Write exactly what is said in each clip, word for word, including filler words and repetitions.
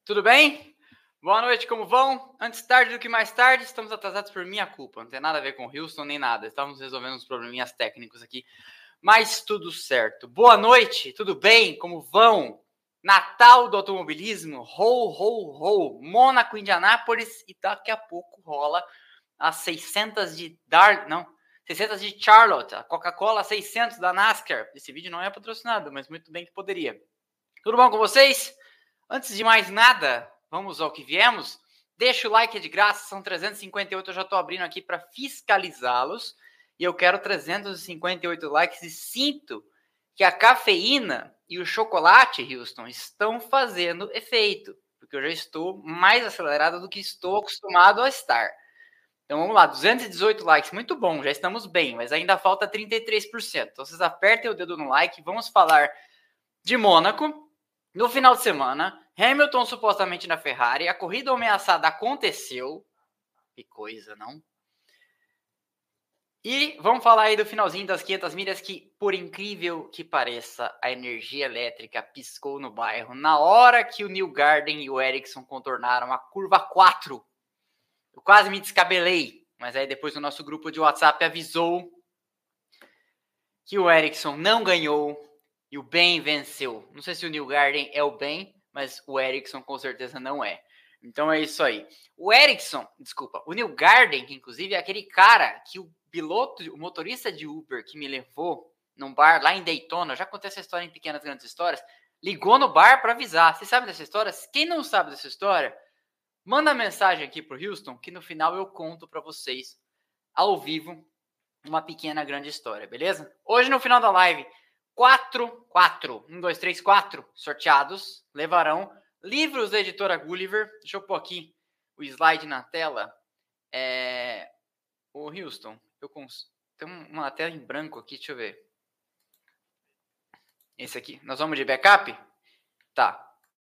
Tudo bem? Boa noite, como vão? Antes tarde do que mais tarde, estamos atrasados por minha culpa. Não tem nada a ver com o Houston nem nada. Estávamos resolvendo uns probleminhas técnicos aqui, mas tudo certo. Boa noite, tudo bem? Como vão? Natal do automobilismo, ho, ho, ho. Mônaco, Indianápolis e daqui a pouco rola as seiscentas de Dar... Não, seiscentas de Charlotte, a Coca-Cola seiscentos da NASCAR. Esse vídeo não é patrocinado, mas muito bem que poderia. Tudo bom com vocês? Antes de mais nada, vamos ao que viemos. Deixa o like, é de graça, são trezentos e cinquenta e oito, eu já estou abrindo aqui para fiscalizá-los. E eu quero trezentos e cinquenta e oito likes e sinto que a cafeína e o chocolate, Houston, estão fazendo efeito. Porque eu já estou mais acelerado do que estou acostumado a estar. Então vamos lá, duzentos e dezoito likes, muito bom, já estamos bem, mas ainda falta trinta e três por cento. Então vocês apertem o dedo no like, vamos falar de Mônaco. No final de semana, Hamilton supostamente na Ferrari, a corrida ameaçada aconteceu. Que coisa, não? E vamos falar aí do finalzinho das quinhentas milhas, que por incrível que pareça, a energia elétrica piscou no bairro na hora que o Newgarden e o Ericsson contornaram a curva quatro. Eu quase me descabelei, mas aí depois o nosso grupo de WhatsApp avisou que o Ericsson não ganhou e o bem venceu. Não sei se o Newgarden é o bem, mas o Ericsson com certeza não é. Então é isso aí. O Ericsson, desculpa, o Newgarden, que inclusive é aquele cara que o piloto, o motorista de Uber que me levou num bar lá em Daytona, já contei essa história em Pequenas Grandes Histórias, ligou no bar para avisar. Vocês sabem dessa história? Quem não sabe dessa história, manda mensagem aqui pro Houston, que no final eu conto para vocês, ao vivo, uma pequena grande história, beleza? Hoje no final da live, quatro, quatro, um, dois, três, quatro sorteados levarão livros da editora Gulliver. Deixa eu pôr aqui o slide na tela. É... O Houston, eu cons... tem uma tela em branco aqui, deixa eu ver. Esse aqui, nós vamos de backup? Tá.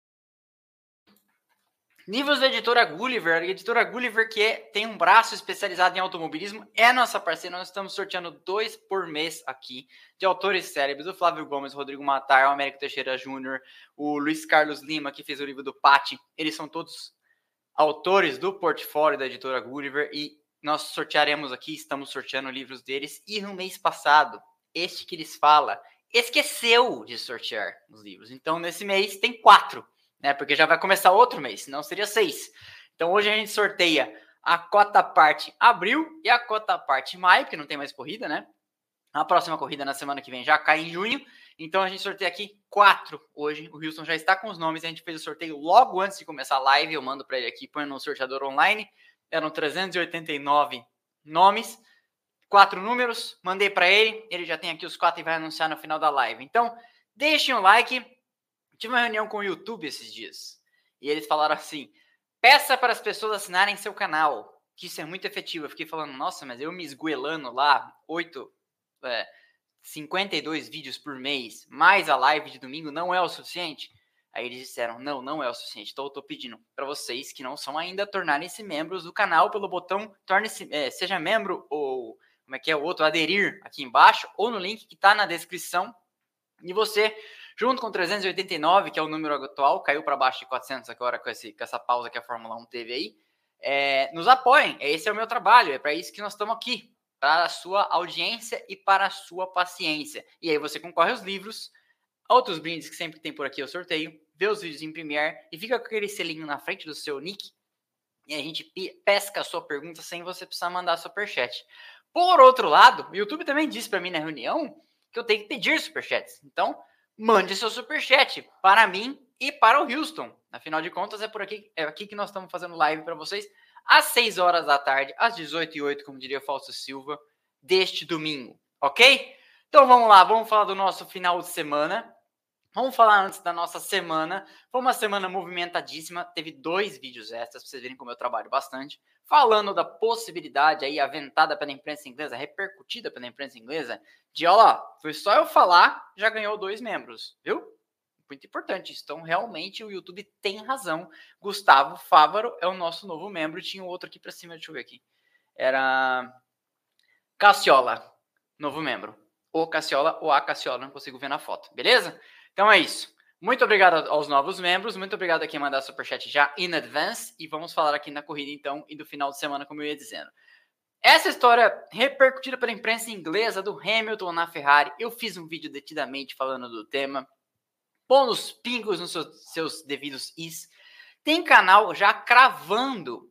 Livros da editora Gulliver, a editora Gulliver que é, tem um braço especializado em automobilismo, é nossa parceira, nós estamos sorteando dois por mês aqui, de autores célebres, o Flávio Gomes, o Rodrigo Matar, o Américo Teixeira Júnior, o Luiz Carlos Lima, que fez o livro do Patti, eles são todos autores do portfólio da editora Gulliver, e nós sortearemos aqui, estamos sorteando livros deles, e no mês passado, este que lhes fala, esqueceu de sortear os livros, então nesse mês tem quatro, né, porque já vai começar outro mês, senão seria seis. Então hoje a gente sorteia a cota parte abril e a cota parte maio, porque não tem mais corrida, né? A próxima corrida na semana que vem já cai em junho. Então a gente sorteia aqui quatro hoje. O Houston já está com os nomes, a gente fez o sorteio logo antes de começar a live. Eu mando para ele aqui, põe no sorteador online. Eram trezentos e oitenta e nove nomes, quatro números. Mandei para ele, ele já tem aqui os quatro e vai anunciar no final da live. Então deixem o like. Tive uma reunião com o YouTube esses dias, e eles falaram assim, peça para as pessoas assinarem seu canal, que isso é muito efetivo. Eu fiquei falando, nossa, mas eu me esgoelando lá, oito, é, cinquenta e dois vídeos por mês, mais a live de domingo, não é o suficiente? Aí eles disseram, não, não é o suficiente, então eu estou pedindo para vocês que não são ainda, tornarem-se membros do canal pelo botão, torne-se, é, seja membro, ou, como é que é o outro, aderir aqui embaixo, ou no link que está na descrição, e você... junto com trezentos e oitenta e nove, que é o número atual, caiu para baixo de quatrocentos agora com, esse, com essa pausa que a Fórmula um teve aí, é, nos apoiem, esse é o meu trabalho, é para isso que nós estamos aqui, para a sua audiência e para a sua paciência. E aí você concorre aos livros, outros brindes que sempre tem por aqui eu sorteio, vê os vídeos em Premiere e fica com aquele selinho na frente do seu nick, e a gente pesca a sua pergunta sem você precisar mandar superchat. Por outro lado, o YouTube também disse para mim na reunião que eu tenho que pedir superchats, então... mande seu superchat para mim e para o Houston. Afinal de contas, é por aqui, é aqui que nós estamos fazendo live para vocês às seis horas da tarde, às dezoito e oito, como diria Fausto Silva, deste domingo, ok? Então vamos lá, vamos falar do nosso final de semana. Vamos falar antes da nossa semana. Foi uma semana movimentadíssima, teve dois vídeos extras, para vocês verem como eu trabalho bastante, falando da possibilidade aí aventada pela imprensa inglesa, repercutida pela imprensa inglesa, de, ó, foi só eu falar, já ganhou dois membros, viu? Muito importante isso. Então, realmente, o YouTube tem razão. Gustavo Fávaro é o nosso novo membro. Tinha um outro aqui para cima, deixa eu ver aqui. Era Cassiola, novo membro. Ou Cassiola ou a Cassiola, não consigo ver na foto, beleza? Então é isso. Muito obrigado aos novos membros, muito obrigado a quem mandar superchat já in advance, e vamos falar aqui na corrida então e do final de semana, como eu ia dizendo. Essa história repercutida pela imprensa inglesa do Hamilton na Ferrari, eu fiz um vídeo detidamente falando do tema, pondo os pingos nos seus, seus devidos is. Tem canal já cravando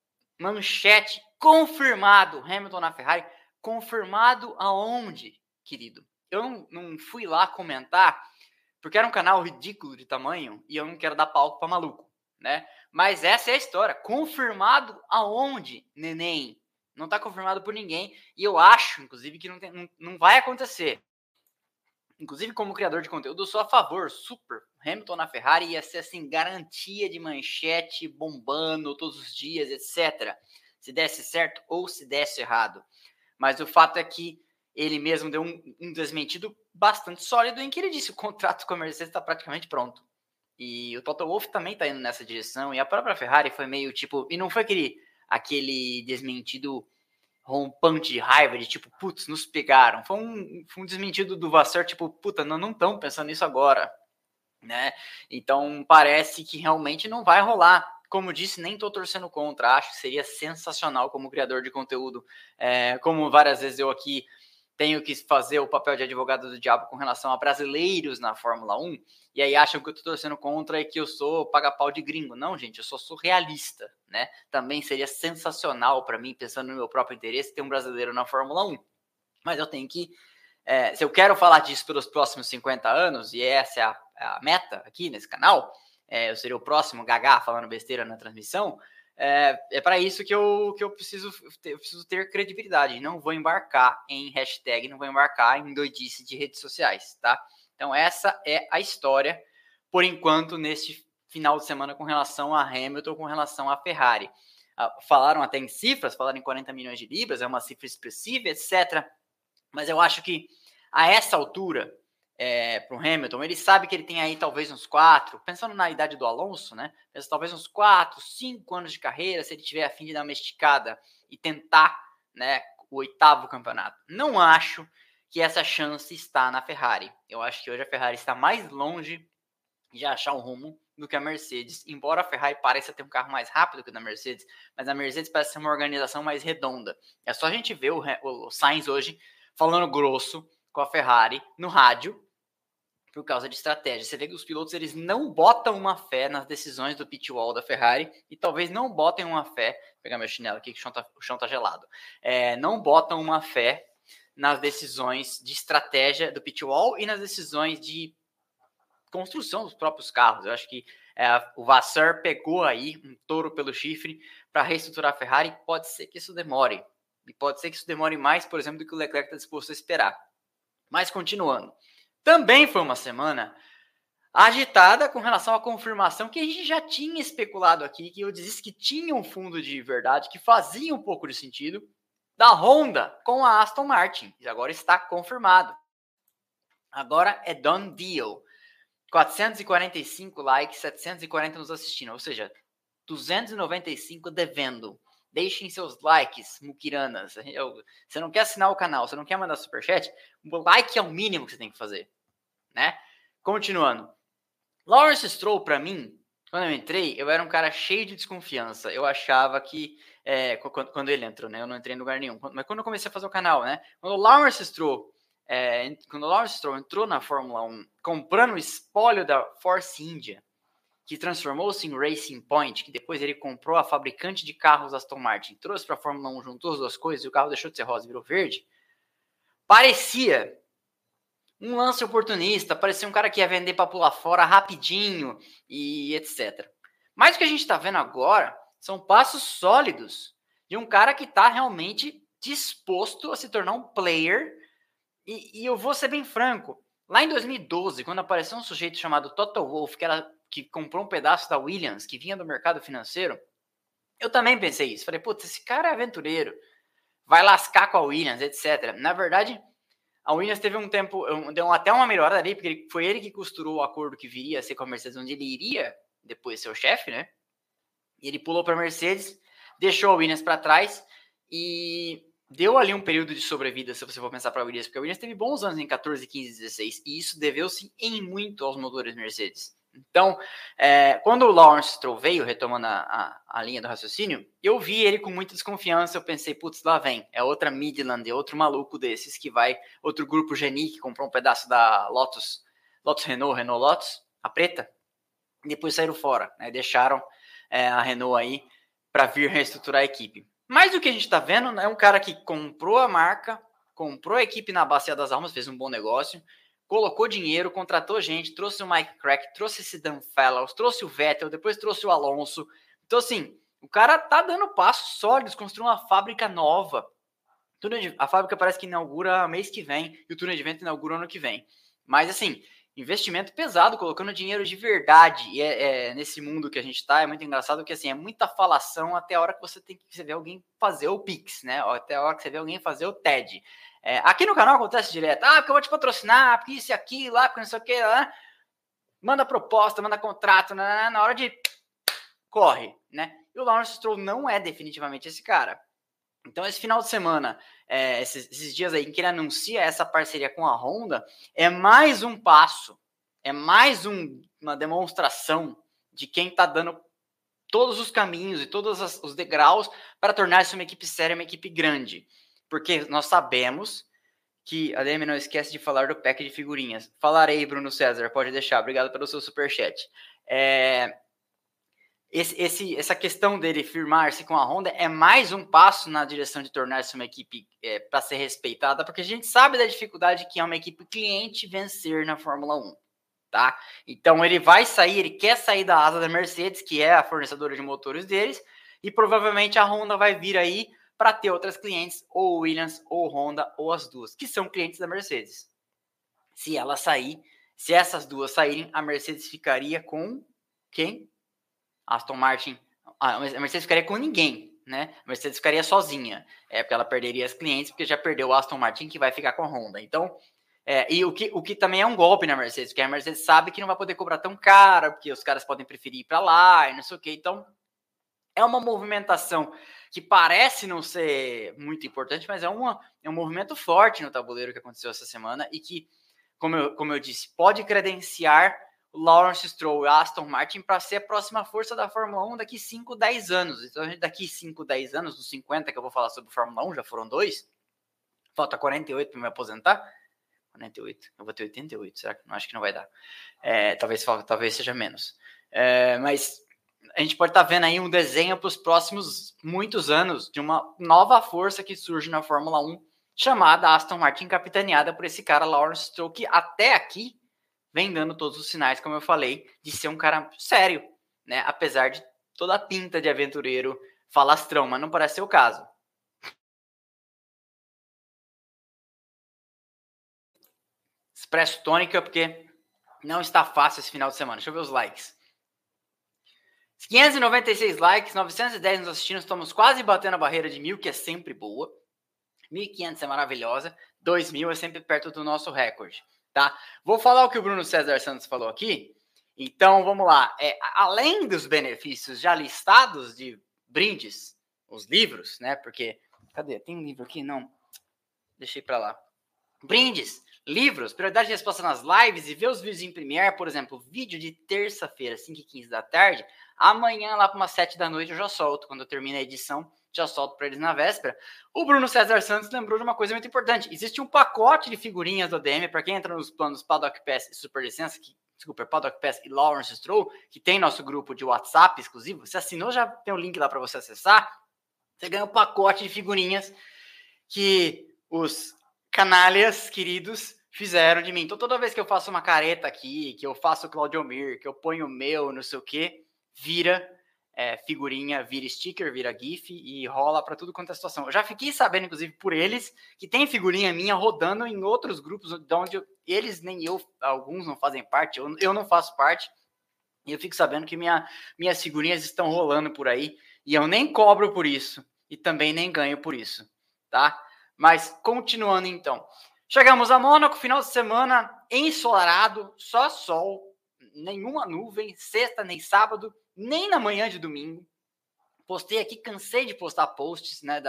manchete, confirmado, Hamilton na Ferrari, confirmado aonde, querido? Eu não, não fui lá comentar, porque era um canal ridículo de tamanho e eu não quero dar palco para maluco, né? Mas essa é a história. Confirmado aonde, neném? Não está confirmado por ninguém e eu acho, inclusive, que não, tem, não, não vai acontecer. Inclusive, como criador de conteúdo, eu sou a favor, super. Hamilton na Ferrari ia ser, assim, garantia de manchete, bombando todos os dias, etcétera. Se desse certo ou se desse errado. Mas o fato é que ele mesmo deu um, um desmentido bastante sólido em que ele disse que o contrato com a Mercedes está praticamente pronto. E o Toto Wolff também está indo nessa direção. E a própria Ferrari foi meio tipo... E não foi aquele, aquele desmentido rompante de raiva, de tipo, putz, nos pegaram. Foi um, foi um desmentido do Vasseur, tipo, puta, não estão pensando nisso agora, né? Então, parece que realmente não vai rolar. Como disse, nem tô torcendo contra, acho que seria sensacional como criador de conteúdo. É, como várias vezes eu aqui tenho que fazer o papel de advogado do diabo com relação a brasileiros na Fórmula um, e aí acham que eu tô torcendo contra e que eu sou paga-pau de gringo. Não, gente, eu só sou realista, né? Também seria sensacional para mim, pensando no meu próprio interesse, ter um brasileiro na Fórmula um. Mas eu tenho que... É, se eu quero falar disso pelos próximos cinquenta anos, e essa é a, a meta aqui nesse canal, é, eu seria o próximo Gagá falando besteira na transmissão, é, é para isso que eu, que eu preciso ter, eu preciso ter credibilidade. Não vou embarcar em hashtag, não vou embarcar em doidice de redes sociais, tá? Então essa é a história, por enquanto, neste final de semana com relação a Hamilton, com relação a Ferrari. Ah, falaram até em cifras, falaram em quarenta milhões de libras, é uma cifra expressiva, etcétera. Mas eu acho que a essa altura, é, para o Hamilton, ele sabe que ele tem aí talvez uns quatro, pensando na idade do Alonso, né? Pensa, talvez uns quatro, cinco anos de carreira, se ele tiver a fim de dar uma esticada e tentar, né, o oitavo campeonato. Não acho que essa chance está na Ferrari. Eu acho que hoje a Ferrari está mais longe de achar um rumo do que a Mercedes. Embora a Ferrari pareça ter um carro mais rápido que o da Mercedes, mas a Mercedes parece ser uma organização mais redonda. É só a gente ver o, o Sainz hoje falando grosso com a Ferrari no rádio por causa de estratégia. Você vê que os pilotos eles não botam uma fé nas decisões do pit wall da Ferrari e talvez não botem uma fé, vou pegar meu chinelo aqui que o chão tá, o chão tá gelado, é, não botam uma fé nas decisões de estratégia do pit wall e nas decisões de construção dos próprios carros. Eu acho que é, o Vasseur pegou aí um touro pelo chifre para reestruturar a Ferrari. Pode ser que isso demore. E pode ser que isso demore mais, por exemplo, do que o Leclerc está disposto a esperar. Mas continuando. Também foi uma semana agitada com relação à confirmação que a gente já tinha especulado aqui, que eu disse que tinha um fundo de verdade, que fazia um pouco de sentido, da Honda com a Aston Martin. E agora está confirmado. Agora é done deal. quatrocentos e quarenta e cinco likes, setecentos e quarenta nos assistindo, ou seja, duzentos e noventa e cinco devendo. Deixem seus likes, muquiranas. Eu, você não quer assinar o canal, você não quer mandar superchat? O like é o mínimo que você tem que fazer, né? Continuando. Lawrence Stroll, para mim, quando eu entrei, eu era um cara cheio de desconfiança. Eu achava que, é, quando, quando ele entrou, né? Eu não entrei em lugar nenhum. Mas quando eu comecei a fazer o canal, né? Quando o Lawrence Stroll É, quando o Lawrence Stroll entrou na Fórmula um comprando o espólio da Force India, que transformou-se em Racing Point, que depois ele comprou a fabricante de carros Aston Martin, trouxe para a Fórmula um, juntou as duas coisas e o carro deixou de ser rosa e virou verde, parecia um lance oportunista, parecia um cara que ia vender para pular fora rapidinho e etcétera. Mas o que a gente está vendo agora são passos sólidos de um cara que está realmente disposto a se tornar um player. E, e eu vou ser bem franco, lá em dois mil e doze, quando apareceu um sujeito chamado Toto Wolff, que, era, que comprou um pedaço da Williams, que vinha do mercado financeiro, eu também pensei isso. Falei, putz, esse cara é aventureiro, vai lascar com a Williams, etcétera. Na verdade, a Williams teve um tempo, deu até uma melhorada ali, porque ele, foi ele que costurou o acordo que viria a ser com a Mercedes, onde ele iria depois ser o chefe, né? E ele pulou para a Mercedes, deixou a Williams para trás e deu ali um período de sobrevida, se você for pensar para a Williams, porque a Williams teve bons anos em catorze, quinze, dezesseis, e isso deveu-se em muito aos motores Mercedes. Então, é, quando o Lawrence Stroll veio, retomando a, a, a linha do raciocínio, eu vi ele com muita desconfiança, eu pensei, putz, lá vem, é outra Midland, é outro maluco desses que vai, outro grupo Geni que comprou um pedaço da Lotus, Lotus Renault, Renault Lotus, a preta, e depois saíram fora, né, deixaram é, a Renault aí para vir reestruturar a equipe. Mas o que a gente está vendo é um cara que comprou a marca, comprou a equipe na Bacia das Almas, fez um bom negócio, colocou dinheiro, contratou gente, trouxe o Mike Crack, trouxe esse Dan Fellows, trouxe o Vettel, depois trouxe o Alonso. Então, assim, o cara tá dando passos sólidos, construiu uma fábrica nova. A fábrica parece que inaugura mês que vem e o túnel de vento inaugura ano que vem. Mas, assim, investimento pesado, colocando dinheiro de verdade. E é, é, nesse mundo que a gente tá, é muito engraçado porque, assim, é muita falação até a hora que você tem que você ver alguém fazer o Pix, né? Até a hora que você vê alguém fazer o T E D. É, aqui no canal acontece direto. Ah, porque eu vou te patrocinar, porque isso e aquilo, lá, porque não sei o que, lá. Manda proposta, manda contrato, na, na hora de... corre, né? E o Lawrence Stroll não é definitivamente esse cara. Então, esse final de semana, é, esses, esses dias aí em que ele anuncia essa parceria com a Honda, é mais um passo, é mais um, uma demonstração de quem está dando todos os caminhos e todos os degraus para tornar isso uma equipe séria, uma equipe grande. Porque nós sabemos que... A D M não esquece de falar do pack de figurinhas. Falarei, Bruno César, pode deixar. Obrigado pelo seu superchat. É... Esse, esse, essa questão dele firmar-se com a Honda é mais um passo na direção de tornar-se uma equipe é, para ser respeitada, porque a gente sabe da dificuldade que é uma equipe cliente vencer na Fórmula um, tá? Então ele vai sair, ele quer sair da asa da Mercedes, que é a fornecedora de motores deles, e provavelmente a Honda vai vir aí para ter outras clientes, ou Williams, ou Honda, ou as duas, que são clientes da Mercedes. Se ela sair, se essas duas saírem, a Mercedes ficaria com quem? Aston Martin, a Mercedes ficaria com ninguém, né? A Mercedes ficaria sozinha, é porque ela perderia as clientes, porque já perdeu o Aston Martin, que vai ficar com a Honda. Então, é, e o que, o que também é um golpe na Mercedes, porque a Mercedes sabe que não vai poder cobrar tão caro, porque os caras podem preferir ir para lá e não sei o que. Então, é uma movimentação que parece não ser muito importante, mas é, uma, é um movimento forte no tabuleiro que aconteceu essa semana e que, como eu, como eu disse, pode credenciar Lawrence Stroll e Aston Martin para ser a próxima força da Fórmula um daqui cinco, dez anos. Então, daqui cinco, dez anos, dos cinquenta que eu vou falar sobre Fórmula um, já foram dois. Falta quarenta e oito para me aposentar. quarenta e oito, eu vou ter oitenta e oito, será que não? Acho que não vai dar. É, talvez, talvez seja menos. É, mas a gente pode estar tá vendo aí um desenho para os próximos muitos anos de uma nova força que surge na Fórmula um, chamada Aston Martin, capitaneada por esse cara, Lawrence Stroll, que até aqui vem dando todos os sinais, como eu falei, de ser um cara sério, né? Apesar de toda a pinta de aventureiro falastrão, mas não parece ser o caso. Expresso tônica, porque não está fácil esse final de semana. Deixa eu ver os likes. quinhentos e noventa e seis likes, novecentos e dez nos assistindo, estamos quase batendo a barreira de mil, que é sempre boa. mil e quinhentos é maravilhosa, dois mil é sempre perto do nosso recorde. Tá? Vou falar o que o Bruno César Santos falou aqui. Então, vamos lá. É, além dos benefícios já listados de brindes, os livros, né? Porque, cadê? Tem um livro aqui? Não. Deixei para lá. Brindes, livros, prioridade de resposta nas lives e ver os vídeos em Premiere, por exemplo, vídeo de terça-feira, cinco e quinze da tarde. Amanhã, lá para umas sete da noite, eu já solto. Quando eu termino a edição, já solto para eles na véspera. O Bruno César Santos lembrou de uma coisa muito importante. Existe um pacote de figurinhas do A D M para quem entra nos planos Paddock Pass e Super Licença, que, desculpa, Paddock Pass e Lawrence Stroll, que tem nosso grupo de WhatsApp exclusivo. Você assinou, já tem o um link lá para você acessar. Você ganha um pacote de figurinhas que os canalhas queridos fizeram de mim. Então, toda vez que eu faço uma careta aqui, que eu faço o Claudio Mir, que eu ponho o meu, não sei o que, vira é, figurinha, vira sticker, vira gif e rola para tudo quanto é situação. Eu já fiquei sabendo, inclusive, por eles, que tem figurinha minha rodando em outros grupos, onde eu, eles nem eu, alguns não fazem parte, eu, eu não faço parte, e eu fico sabendo que minha, minhas figurinhas estão rolando por aí, e eu nem cobro por isso, e também nem ganho por isso, tá? Mas, continuando então. Chegamos a Mônaco, final de semana ensolarado, só sol, nenhuma nuvem, sexta nem sábado, nem na manhã de domingo. Postei aqui, cansei de postar posts, né, da,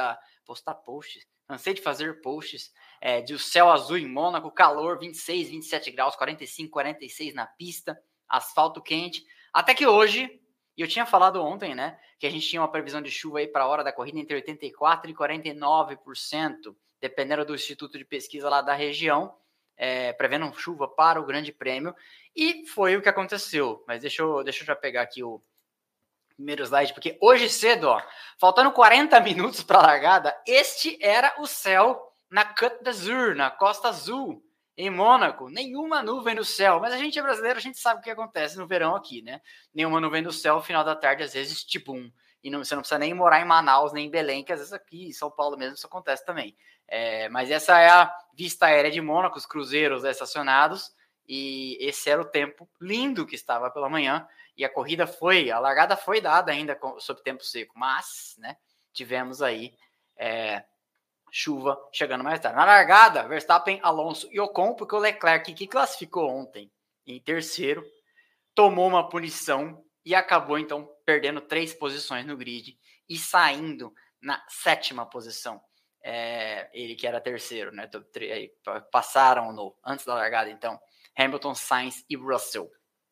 postar posts. Cansei de fazer posts é, de o céu azul em Mônaco, calor, vinte e seis, vinte e sete graus, quarenta e cinco, quarenta e seis na pista, asfalto quente. Até que hoje, e eu tinha falado ontem, né, que a gente tinha uma previsão de chuva aí para a hora da corrida entre oitenta e quatro por cento e quarenta e nove por cento, dependendo do Instituto de Pesquisa lá da região, é, prevendo chuva para o Grande Prêmio, e foi o que aconteceu. Mas deixa eu, deixa eu já pegar aqui o primeiro slide, porque hoje cedo, ó, faltando quarenta minutos para a largada, este era o céu na Côte d'Azur, na Costa Azul, em Mônaco. Nenhuma nuvem no céu, mas a gente é brasileiro, a gente sabe o que acontece no verão aqui, né? Nenhuma nuvem no céu, final da tarde, às vezes, tipo um. E não, você não precisa nem morar em Manaus, nem em Belém, que às vezes aqui em São Paulo mesmo isso acontece também. É, mas essa é a vista aérea de Mônaco, os cruzeiros estacionados, e esse era o tempo lindo que estava pela manhã. E a corrida foi, a largada foi dada ainda sob tempo seco, mas, né, tivemos aí é, chuva chegando mais tarde. Na largada, Verstappen, Alonso e Ocon, porque o Leclerc, que classificou ontem em terceiro, tomou uma punição e acabou, então, perdendo três posições no grid e saindo na sétima posição. É, ele que era terceiro, né, passaram no, antes da largada, então, Hamilton, Sainz e Russell.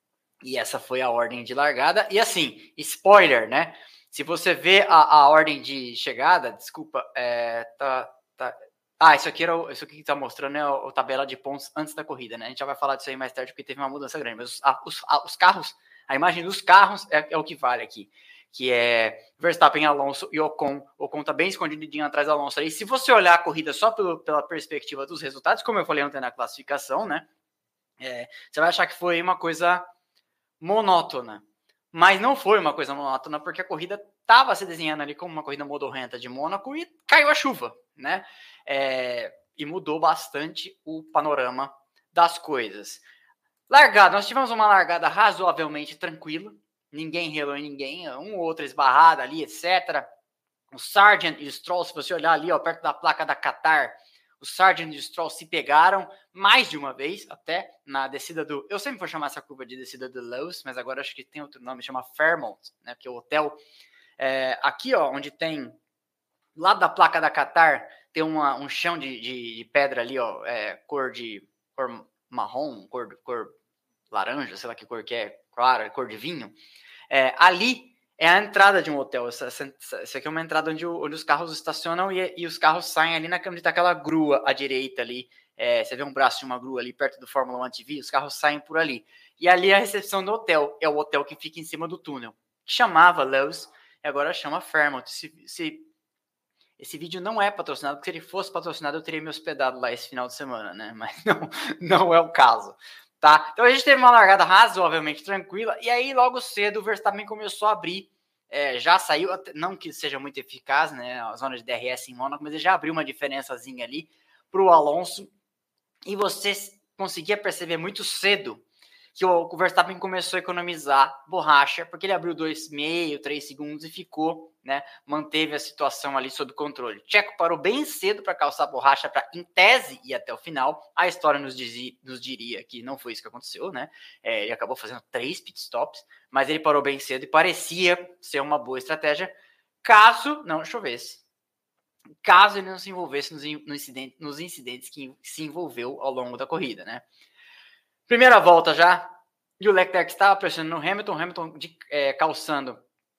E essa foi a ordem de largada. E assim, spoiler, né? Se você vê a, a ordem de chegada, desculpa, é, tá, tá... Ah, isso aqui, era o, isso aqui que tá mostrando é a, a tabela de pontos antes da corrida, né? A gente já vai falar disso aí mais tarde, porque teve uma mudança grande. Mas os, a, os, a, os carros, a imagem dos carros é, é o que vale aqui. Que é Verstappen, Alonso e Ocon. Ocon tá bem escondidinho atrás do Alonso ali. Se você olhar a corrida só pelo, pela perspectiva dos resultados, como eu falei ontem na classificação, né? É, você vai achar que foi uma coisa monótona, mas não foi uma coisa monótona, porque a corrida estava se desenhando ali como uma corrida modorrenta de Mônaco e caiu a chuva, né? É, e mudou bastante o panorama das coisas. Largada, nós tivemos uma largada razoavelmente tranquila, ninguém relou em ninguém, um ou outro esbarrado ali, etcétera. O Sargent e o Stroll, se você olhar ali, ó, perto da placa da Qatar, o Sargent e o Stroll se pegaram mais de uma vez, até na descida do... Eu sempre vou chamar essa curva de descida do Lewis, mas agora acho que tem outro nome, chama Fairmont, né? Porque o hotel... É, aqui, ó, onde tem... Lá da placa da Qatar, tem uma, um chão de, de, de pedra ali, ó, é, cor de... cor marrom, cor, cor laranja, sei lá que cor que é, claro, cor de vinho. É, ali... é a entrada de um hotel. Essa, essa, essa aqui é uma entrada onde, o, onde os carros estacionam e, e os carros saem ali na onde está aquela grua à direita ali. É, você vê um braço de uma grua ali perto do Fórmula um T V, os carros saem por ali. E ali é a recepção do hotel. É o hotel que fica em cima do túnel. Que chamava Lewis e agora chama Fairmont. Esse, esse, esse vídeo não é patrocinado, porque se ele fosse patrocinado eu teria me hospedado lá esse final de semana, né? Mas não, não é o caso. Tá? Então a gente teve uma largada razoavelmente tranquila, e aí logo cedo o Verstappen começou a abrir, é, já saiu, não que seja muito eficaz, né, a zona de D R S em Mônaco, mas ele já abriu uma diferençazinha ali para o Alonso, e você conseguia perceber muito cedo que o Verstappen começou a economizar borracha, porque ele abriu dois vírgula cinco, três segundos e ficou, né, manteve a situação ali sob controle. Checo parou bem cedo para calçar borracha para, em tese, ir até o final. A história nos, dizia, nos diria que não foi isso que aconteceu, né? É, ele acabou fazendo três pitstops, mas ele parou bem cedo e parecia ser uma boa estratégia caso não chovesse. Caso ele não se envolvesse nos, no incidente, nos incidentes que se envolveu ao longo da corrida, né? Primeira volta já, e o Leclerc estava pressionando no Hamilton, Hamilton de, é, calçando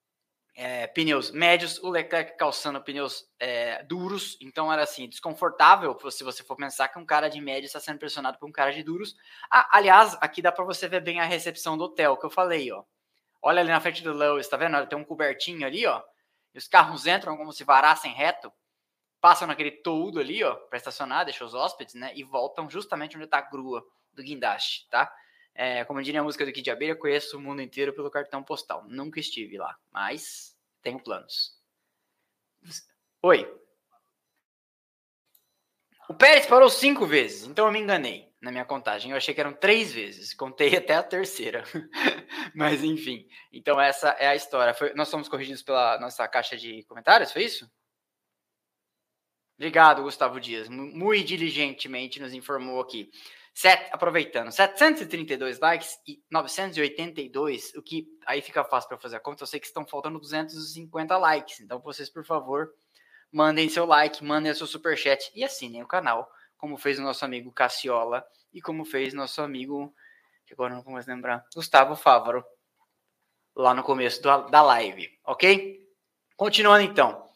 é, pneus médios, o Leclerc calçando pneus é, duros, então era assim, desconfortável se você for pensar que um cara de médio está sendo pressionado por um cara de duros. Ah, aliás, aqui dá para você ver bem a recepção do hotel, que eu falei, ó. Olha ali na frente do Lewis, tá vendo? Tem um cobertinho ali, ó, e os carros entram como se varassem reto, passam naquele toldo ali, ó, para estacionar, deixa os hóspedes, né, e voltam justamente onde está a grua do guindaste, tá? É, como diria a música do Kid Abelha, eu conheço o mundo inteiro pelo cartão postal. Nunca estive lá, mas tenho planos. Oi. O Pérez parou cinco vezes, então eu me enganei na minha contagem. Eu achei que eram três vezes, contei até a terceira. Mas enfim, então essa é a história. Foi, nós fomos corrigidos pela nossa caixa de comentários, foi isso? Obrigado, Gustavo Dias. Muito diligentemente nos informou aqui. Set, aproveitando, setecentos e trinta e dois likes e novecentos e oitenta e dois, o que aí fica fácil para fazer a conta. Eu sei que estão faltando duzentos e cinquenta likes, então vocês, por favor, mandem seu like, mandem seu superchat e assinem o canal, como fez o nosso amigo Cassiola e como fez nosso amigo, que agora não vou mais lembrar, Gustavo Fávaro, lá no começo do, da live, ok? Continuando então,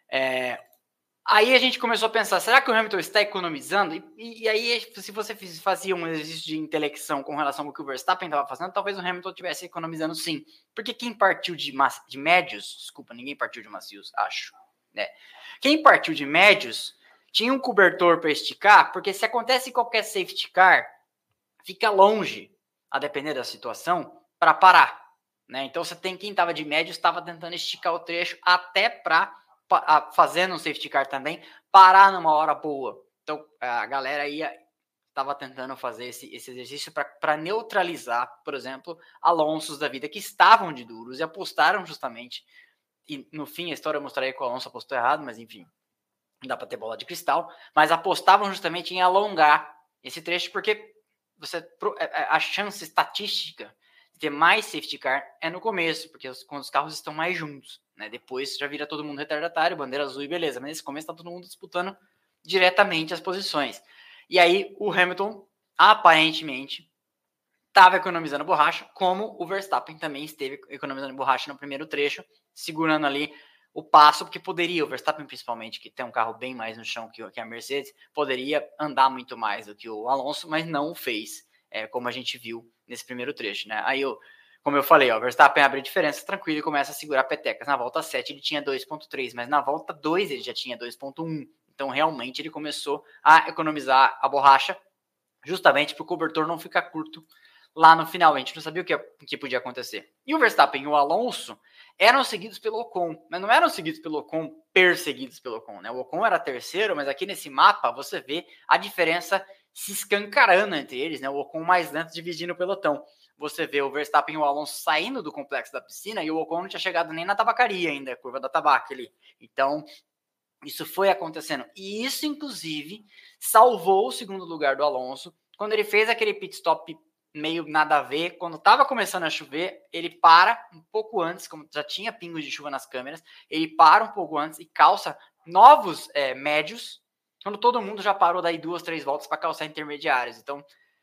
é, aí a gente começou a pensar, será que o Hamilton está economizando? E, e, e aí, se você fazia um exercício de intelecção com relação ao que o Verstappen estava fazendo, talvez o Hamilton estivesse economizando sim. Porque quem partiu de, de médios, desculpa, ninguém partiu de macios, acho, né? Quem partiu de médios tinha um cobertor para esticar, porque se acontece qualquer safety car, fica longe, a depender da situação, para parar, né? Então você tem quem estava de médios, estava tentando esticar o trecho até para fazendo um safety car também, parar numa hora boa. Então, a galera ia estava tentando fazer esse, esse exercício para neutralizar, por exemplo, Alonsos da vida que estavam de duros e apostaram justamente, e no fim a história mostraria que o Alonso apostou errado, mas enfim, não dá para ter bola de cristal, mas apostavam justamente em alongar esse trecho, porque você, a chance estatística de ter mais safety car é no começo, porque os, quando os carros estão mais juntos, né? Depois já vira todo mundo retardatário, bandeira azul e beleza, mas nesse começo está todo mundo disputando diretamente as posições. E aí o Hamilton, aparentemente, estava economizando borracha, como o Verstappen também esteve economizando borracha no primeiro trecho, segurando ali o passo, porque poderia, o Verstappen principalmente, que tem um carro bem mais no chão que, que a Mercedes, poderia andar muito mais do que o Alonso, mas não o fez, é, como a gente viu nesse primeiro trecho, né? Aí, eu, como eu falei, ó, o Verstappen abre a diferença tranquilo e começa a segurar petecas. Na volta sete ele tinha dois ponto três, mas na volta dois ele já tinha dois ponto um. Então, realmente, ele começou a economizar a borracha, justamente para o cobertor não ficar curto lá no final. A gente não sabia o que, o que podia acontecer. E o Verstappen e o Alonso eram seguidos pelo Ocon, mas não eram seguidos pelo Ocon, perseguidos pelo Ocon, né? O Ocon era terceiro, mas aqui nesse mapa você vê a diferença se escancarando entre eles, né? O Ocon mais lento dividindo o pelotão. Você vê o Verstappen e o Alonso saindo do complexo da piscina e o Ocon não tinha chegado nem na tabacaria ainda, a curva da tabaca ali. Então, isso foi acontecendo. E isso, inclusive, salvou o segundo lugar do Alonso, quando ele fez aquele pit stop meio nada a ver, quando estava começando a chover, ele para um pouco antes, como já tinha pingos de chuva nas câmeras, ele para um pouco antes e calça novos é, médios, quando todo mundo já parou daí duas, três voltas para calçar intermediários. Então,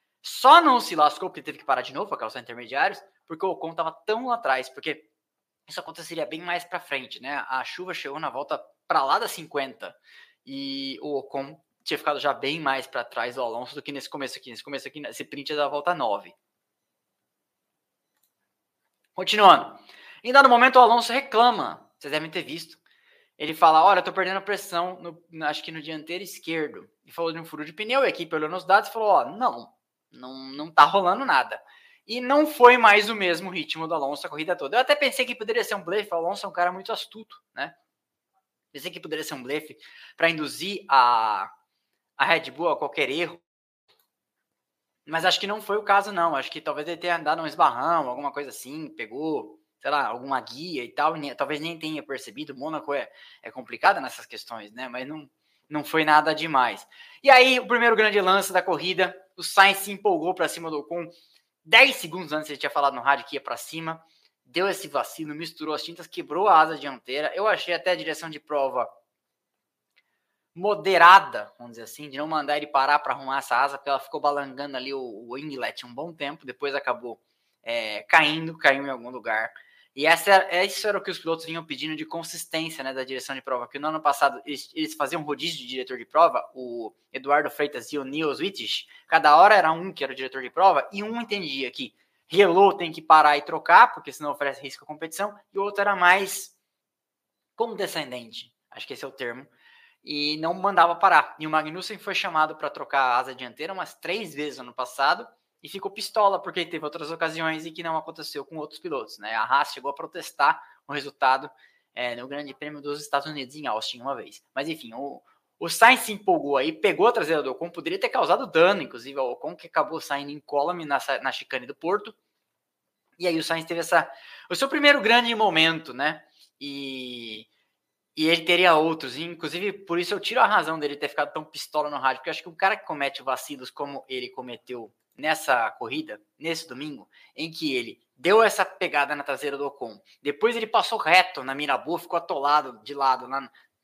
só não se lascou porque teve que parar de novo para calçar intermediários, porque o Ocon estava tão lá atrás, porque isso aconteceria bem mais para frente, né? A chuva chegou na volta para lá da cinquenta e o Ocon tinha ficado já bem mais para trás do Alonso do que nesse começo aqui. Nesse começo aqui, esse print é da volta nove. Continuando. Em dado momento, o Alonso reclama. Vocês devem ter visto. Ele fala, olha, eu tô perdendo pressão, no, acho que no dianteiro esquerdo. E falou de um furo de pneu, e a equipe olhou nos dados e falou, ó, não, não, não tá rolando nada. E não foi mais o mesmo ritmo do Alonso a corrida toda. Eu até pensei que poderia ser um blefe, o Alonso é um cara muito astuto, né? Pensei que poderia ser um blefe para induzir a, a Red Bull a qualquer erro. Mas acho que não foi o caso, não. Acho que talvez ele tenha andado um esbarrão, alguma coisa assim, pegou, sei lá, alguma guia e tal, e nem, talvez nem tenha percebido. O Mônaco é, é complicado nessas questões, né? Mas não, não foi nada demais. E aí, o primeiro grande lance da corrida, o Sainz se empolgou para cima do Ocon. dez segundos antes ele tinha falado no rádio que ia para cima, deu esse vacilo, misturou as tintas, quebrou a asa dianteira. Eu achei até a direção de prova moderada, vamos dizer assim, de não mandar ele parar para arrumar essa asa, porque ela ficou balangando ali o, o inlet um bom tempo, depois acabou é, caindo, caiu em algum lugar. E essa era, isso era o que os pilotos vinham pedindo de consistência, né, da direção de prova, porque no ano passado eles, eles faziam um rodízio de diretor de prova, o Eduardo Freitas e o Neil Wittich, cada hora era um que era o diretor de prova, e um entendia que relou tem que parar e trocar, porque senão oferece risco à competição, e o outro era mais condescendente, acho que esse é o termo, e não mandava parar. E o Magnussen foi chamado para trocar a asa dianteira umas três vezes no ano passado e ficou pistola porque teve outras ocasiões e que não aconteceu com outros pilotos, né? A Haas chegou a protestar o resultado é, no Grande Prêmio dos Estados Unidos em Austin uma vez. Mas enfim, o, o Sainz se empolgou aí, pegou a traseira do Ocon, poderia ter causado dano, inclusive ao Ocon, que acabou saindo incólume na, na chicane do Porto. E aí o Sainz teve essa, o seu primeiro grande momento, né? E... E ele teria outros, e inclusive por isso eu tiro a razão dele ter ficado tão pistola no rádio, porque eu acho que um cara que comete vacilos como ele cometeu nessa corrida, nesse domingo, em que ele deu essa pegada na traseira do Ocon, depois ele passou reto na mira boa, ficou atolado de lado lá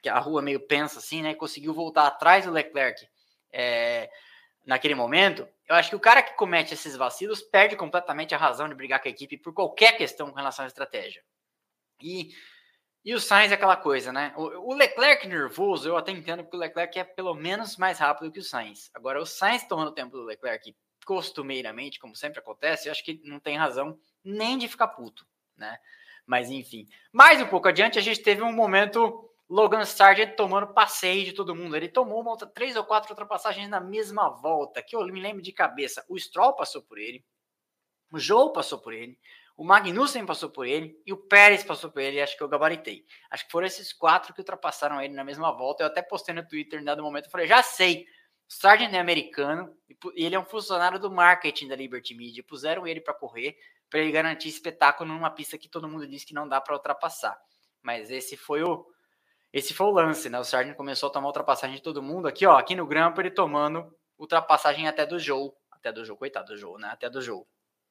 que a rua meio pensa assim, né? Conseguiu voltar atrás do Leclerc é, naquele momento. Eu acho que o cara que comete esses vacilos perde completamente a razão de brigar com a equipe por qualquer questão com relação à estratégia. E, e o Sainz é aquela coisa, né? O, o Leclerc nervoso, eu até entendo que o Leclerc é pelo menos mais rápido que o Sainz. Agora, o Sainz tomando o tempo do Leclerc costumeiramente, como sempre acontece, eu acho que não tem razão nem de ficar puto, né? Mas enfim. Mais um pouco adiante, a gente teve um momento Logan Sargent tomando passeio de todo mundo. Ele tomou uma outra, três ou quatro ultrapassagens na mesma volta, que eu me lembro de cabeça. O Stroll passou por ele, o Zhou passou por ele, o Magnussen passou por ele e o Pérez passou por ele. Acho que eu gabaritei. Acho que foram esses quatro que ultrapassaram ele na mesma volta. Eu até postei no Twitter em dado momento. Eu falei, já sei. O Sargent é americano e ele é um funcionário do marketing da Liberty Media. Puseram ele para correr, para ele garantir espetáculo numa pista que todo mundo diz que não dá para ultrapassar. Mas esse foi o esse foi o lance, né? O Sargent começou a tomar ultrapassagem de todo mundo. Aqui, ó, aqui no grampo ele tomando ultrapassagem até do Zhou. Até do Zhou, coitado do Zhou, né? Até do Zhou.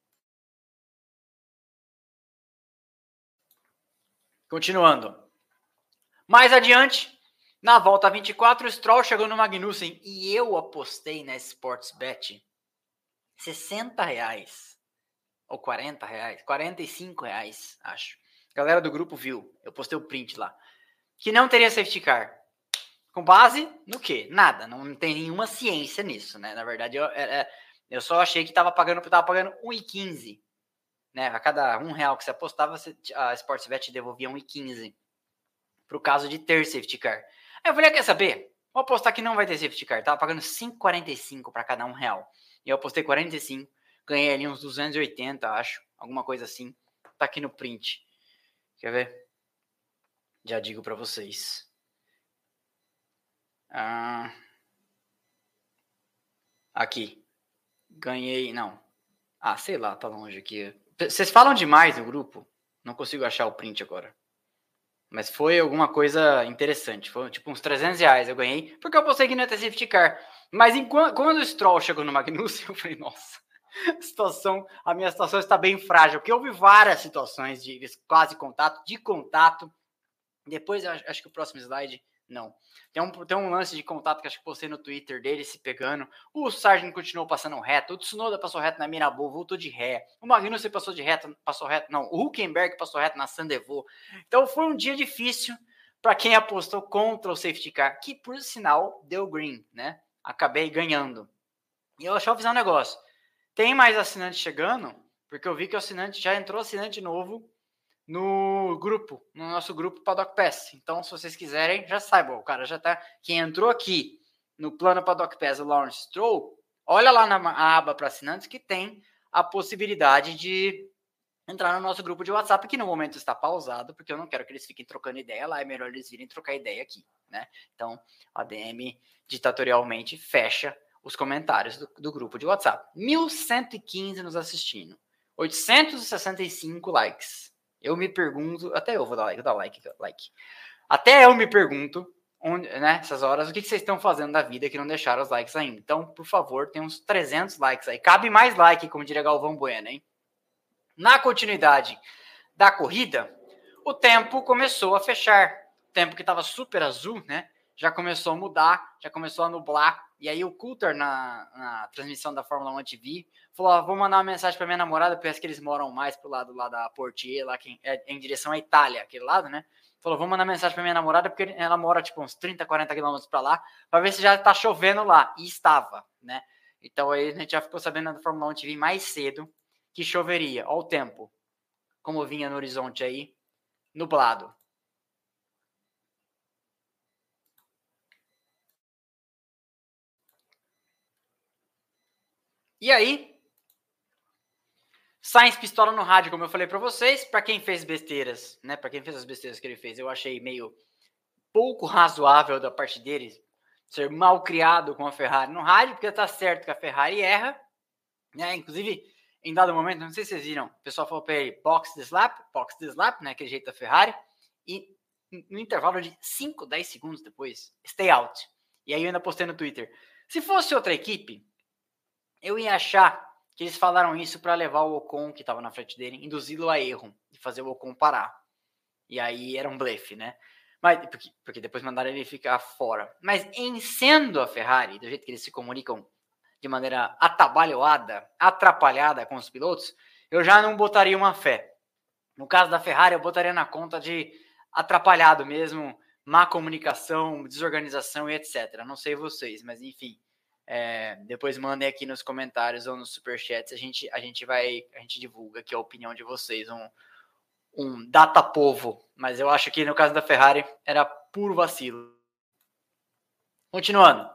Continuando. Mais adiante, na volta vinte e quatro, o Stroll chegou no Magnussen e eu apostei na Sportsbet sessenta reais ou quarenta reais, quarenta e cinco reais, acho. A galera do grupo viu, eu postei o print lá, que não teria safety car. Com base no quê? Nada, não tem nenhuma ciência nisso, né? Na verdade, eu, é, eu só achei que tava pagando, tava pagando um real e quinze, né? A cada um real que você apostava, a Sportsbet devolvia um real e quinze pro caso de ter safety car. Aí eu falei, quer saber? Vou apostar que não vai ter safety car. Tava pagando cinco reais e quarenta e cinco para cada um real. E eu apostei quarenta e cinco, ganhei ali uns duzentos e oitenta, acho, alguma coisa assim. Tá aqui no print. Quer ver? Já digo para vocês. Ah, aqui. Ganhei, não. Ah, sei lá, tá longe aqui. Vocês falam demais no grupo? Não consigo achar o print agora. Mas foi alguma coisa interessante. Foi tipo uns trezentos reais eu ganhei, porque eu postei que não ia ter safety car. Mas enquanto, quando o Stroll chegou no Magnussen, eu falei, nossa, a situação, a minha situação está bem frágil. Porque houve várias situações de quase contato, de contato. Depois, acho que o próximo slide, não. Tem um, tem um lance de contato que acho que postei no Twitter dele se pegando. O Sargent continuou passando reto. O Tsunoda passou reto na Mirabeau, voltou de ré. O Magnussen passou de reto, passou reto. Não, o Hülkenberg passou reto na Sandevaux. Então foi um dia difícil para quem apostou contra o safety car, que por sinal deu green, né? Acabei ganhando. E eu achava fazer um negócio. Tem mais assinante chegando, porque eu vi que o assinante já entrou assinante novo no grupo, no nosso grupo Paddock Pass. Então, se vocês quiserem, já saibam, o cara já tá, quem entrou aqui no plano Paddock Pass, o Lawrence Stroll, olha lá na aba para assinantes que tem a possibilidade de entrar no nosso grupo de WhatsApp, que no momento está pausado, porque eu não quero que eles fiquem trocando ideia lá, é melhor eles virem trocar ideia aqui, né? Então, a D M ditatorialmente fecha os comentários do, do grupo de WhatsApp. mil cento e quinze nos assistindo, oitocentos e sessenta e cinco likes. Eu me pergunto, até eu vou dar like, vou dar like, like. Até eu me pergunto, onde, né, essas horas, o que, que vocês estão fazendo da vida que não deixaram os likes ainda. Então, por favor, tem uns trezentos likes aí. Cabe mais like, como diria Galvão Bueno, hein? Na continuidade da corrida, o tempo começou a fechar. O tempo que estava super azul, né? Já começou a mudar, já começou a nublar. E aí o Coulter, na, na transmissão da Fórmula um T V, falou, ah, vou mandar uma mensagem para minha namorada, parece que eles moram mais pro lado lá da Portier, lá que é em direção à Itália, aquele lado, né? Falou, vou mandar mensagem para minha namorada, porque ela mora tipo uns trinta, quarenta quilômetros para lá, para ver se já tá chovendo lá. E estava, né? Então aí a gente já ficou sabendo da Fórmula um T V mais cedo que choveria. Olha o tempo, como vinha no horizonte aí, nublado. E aí, Sainz pistola no rádio, como eu falei para vocês, para quem fez besteiras, né? Para quem fez as besteiras que ele fez, eu achei meio pouco razoável da parte dele ser mal criado com a Ferrari no rádio, porque tá certo que a Ferrari erra, né? Inclusive, em dado momento, não sei se vocês viram, o pessoal falou para ele, box this lap, box this lap, né? Aquele jeito da Ferrari, e no intervalo de cinco, dez segundos depois, stay out. E aí eu ainda postei no Twitter. Se fosse outra equipe, eu ia achar que eles falaram isso para levar o Ocon, que estava na frente dele, induzi-lo a erro, e fazer o Ocon parar. E aí era um blefe, né? Mas, porque, porque depois mandaram ele ficar fora. Mas em sendo a Ferrari, do jeito que eles se comunicam de maneira atabalhoada, atrapalhada com os pilotos, eu já não botaria uma fé. No caso da Ferrari, eu botaria na conta de atrapalhado mesmo, má comunicação, desorganização e etcétera. Não sei vocês, mas enfim. É, depois mandem aqui nos comentários ou nos superchats, a gente, a gente vai, a gente divulga aqui a opinião de vocês, um, um data povo, mas eu acho que no caso da Ferrari era puro vacilo. Continuando.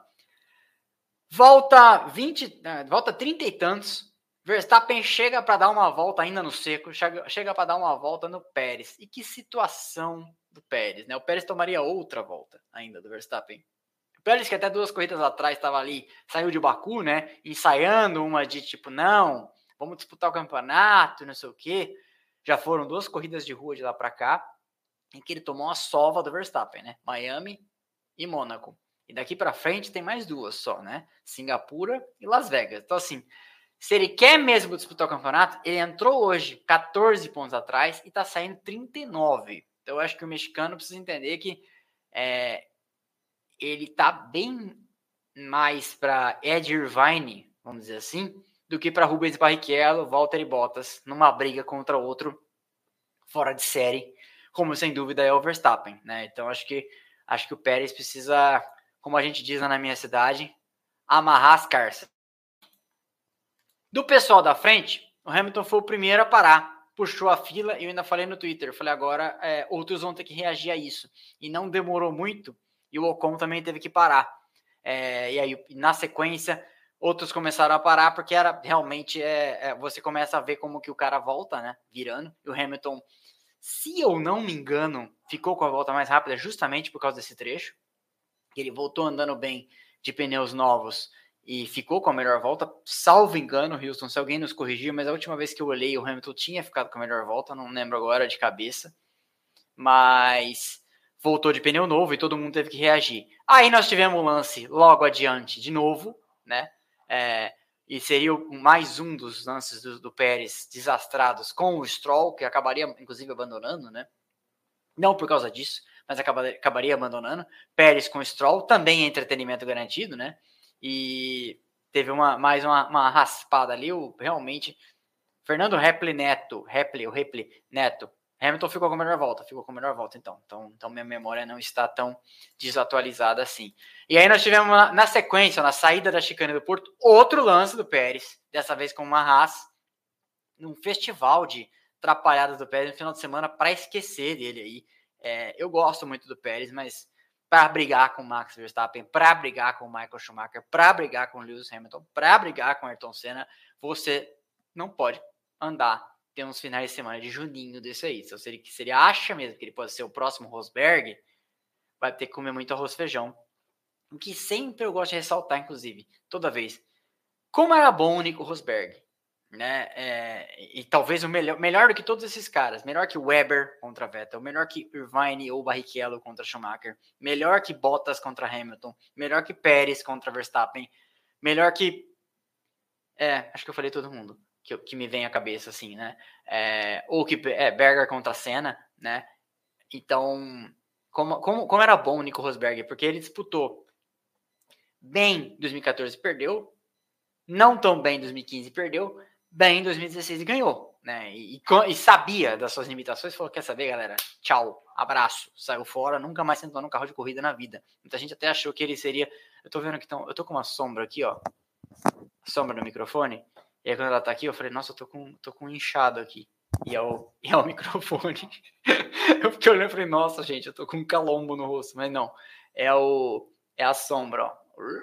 Volta vinte, volta trinta e tantos, Verstappen chega para dar uma volta ainda no seco, chega, chega para dar uma volta no Pérez. E que situação do Pérez, né? O Pérez tomaria outra volta ainda do Verstappen. O Pérez, que até duas corridas atrás estava ali, saiu de Baku, né? Ensaiando uma de tipo, não, vamos disputar o campeonato, não sei o quê. Já foram duas corridas de rua de lá para cá, em que ele tomou a sova do Verstappen, né? Miami e Mônaco. E daqui para frente tem mais duas só, né? Singapura e Las Vegas. Então, assim, se ele quer mesmo disputar o campeonato, ele entrou hoje quatorze pontos atrás e tá saindo trinta e nove. Então, eu acho que o mexicano precisa entender que é, ele tá bem mais para Ed Irvine, vamos dizer assim, do que para Rubens Barrichello, Valtteri Bottas, numa briga contra outro fora de série, como sem dúvida é o Verstappen, né? Então, acho que, acho que o Pérez precisa, como a gente diz na minha cidade, amarrar as carças. Do pessoal da frente, o Hamilton foi o primeiro a parar, puxou a fila, e eu ainda falei no Twitter, falei agora é, outros vão ter que reagir a isso, e não demorou muito, e o Ocon também teve que parar, é, e aí na sequência outros começaram a parar, porque era realmente, é, é, você começa a ver como que o cara volta, né, virando, e o Hamilton, se eu não me engano, ficou com a volta mais rápida justamente por causa desse trecho, que ele voltou andando bem de pneus novos, e ficou com a melhor volta, salvo engano, Houston, se alguém nos corrigir, mas a última vez que eu olhei, o Hamilton tinha ficado com a melhor volta, não lembro agora de cabeça, mas voltou de pneu novo e todo mundo teve que reagir. Aí nós tivemos um lance logo adiante, de novo, né, é, e seria mais um dos lances do, do Pérez desastrados com o Stroll, que acabaria, inclusive, abandonando, né, não por causa disso, mas acabaria, acabaria abandonando, Pérez com o Stroll, também entretenimento garantido, né, e teve uma, mais uma, uma raspada ali, o, realmente, Fernando Repli Neto, Repli, o Repli Neto, Hamilton ficou com a melhor volta, ficou com a melhor volta, então. então, então minha memória não está tão desatualizada assim. E aí nós tivemos, na, na sequência, na saída da chicane do Porto, outro lance do Pérez, dessa vez com uma Haas, num festival de atrapalhadas do Pérez no final de semana, para esquecer dele aí. É, eu gosto muito do Pérez, mas para brigar com o Max Verstappen, para brigar com o Michael Schumacher, para brigar com o Lewis Hamilton, para brigar com o Ayrton Senna, você não pode andar, ter uns finais de semana de juninho desse aí. Se ele, se ele acha mesmo que ele pode ser o próximo Rosberg, vai ter que comer muito arroz e feijão. O que sempre eu gosto de ressaltar, inclusive, toda vez, como era bom o Nico Rosberg, né? É, e talvez o melhor, melhor do que todos esses caras, melhor que Weber contra Vettel, melhor que Irvine ou Barrichello contra Schumacher, melhor que Bottas contra Hamilton, melhor que Pérez contra Verstappen, melhor que é, acho que eu falei todo mundo que, que me vem à cabeça assim, né? É, ou que é, Berger contra Senna, né? Então, como, como, como era bom o Nico Rosberg, porque ele disputou bem em dois mil e catorze, perdeu, não tão bem em dois mil e quinze, perdeu, bem em dois mil e dezesseis e ganhou, né? E, e sabia das suas limitações, falou, quer saber, galera? Tchau, abraço, saiu fora, nunca mais sentou no carro de corrida na vida. Muita gente até achou que ele seria, eu tô vendo que tão, eu tô com uma sombra aqui, ó, sombra no microfone, e aí quando ela tá aqui, eu falei, nossa, eu tô com, tô com um inchado aqui, e é o, e é o microfone. Eu fiquei olhando e falei, nossa, gente, eu tô com um calombo no rosto, mas não, é o, é a sombra, ó.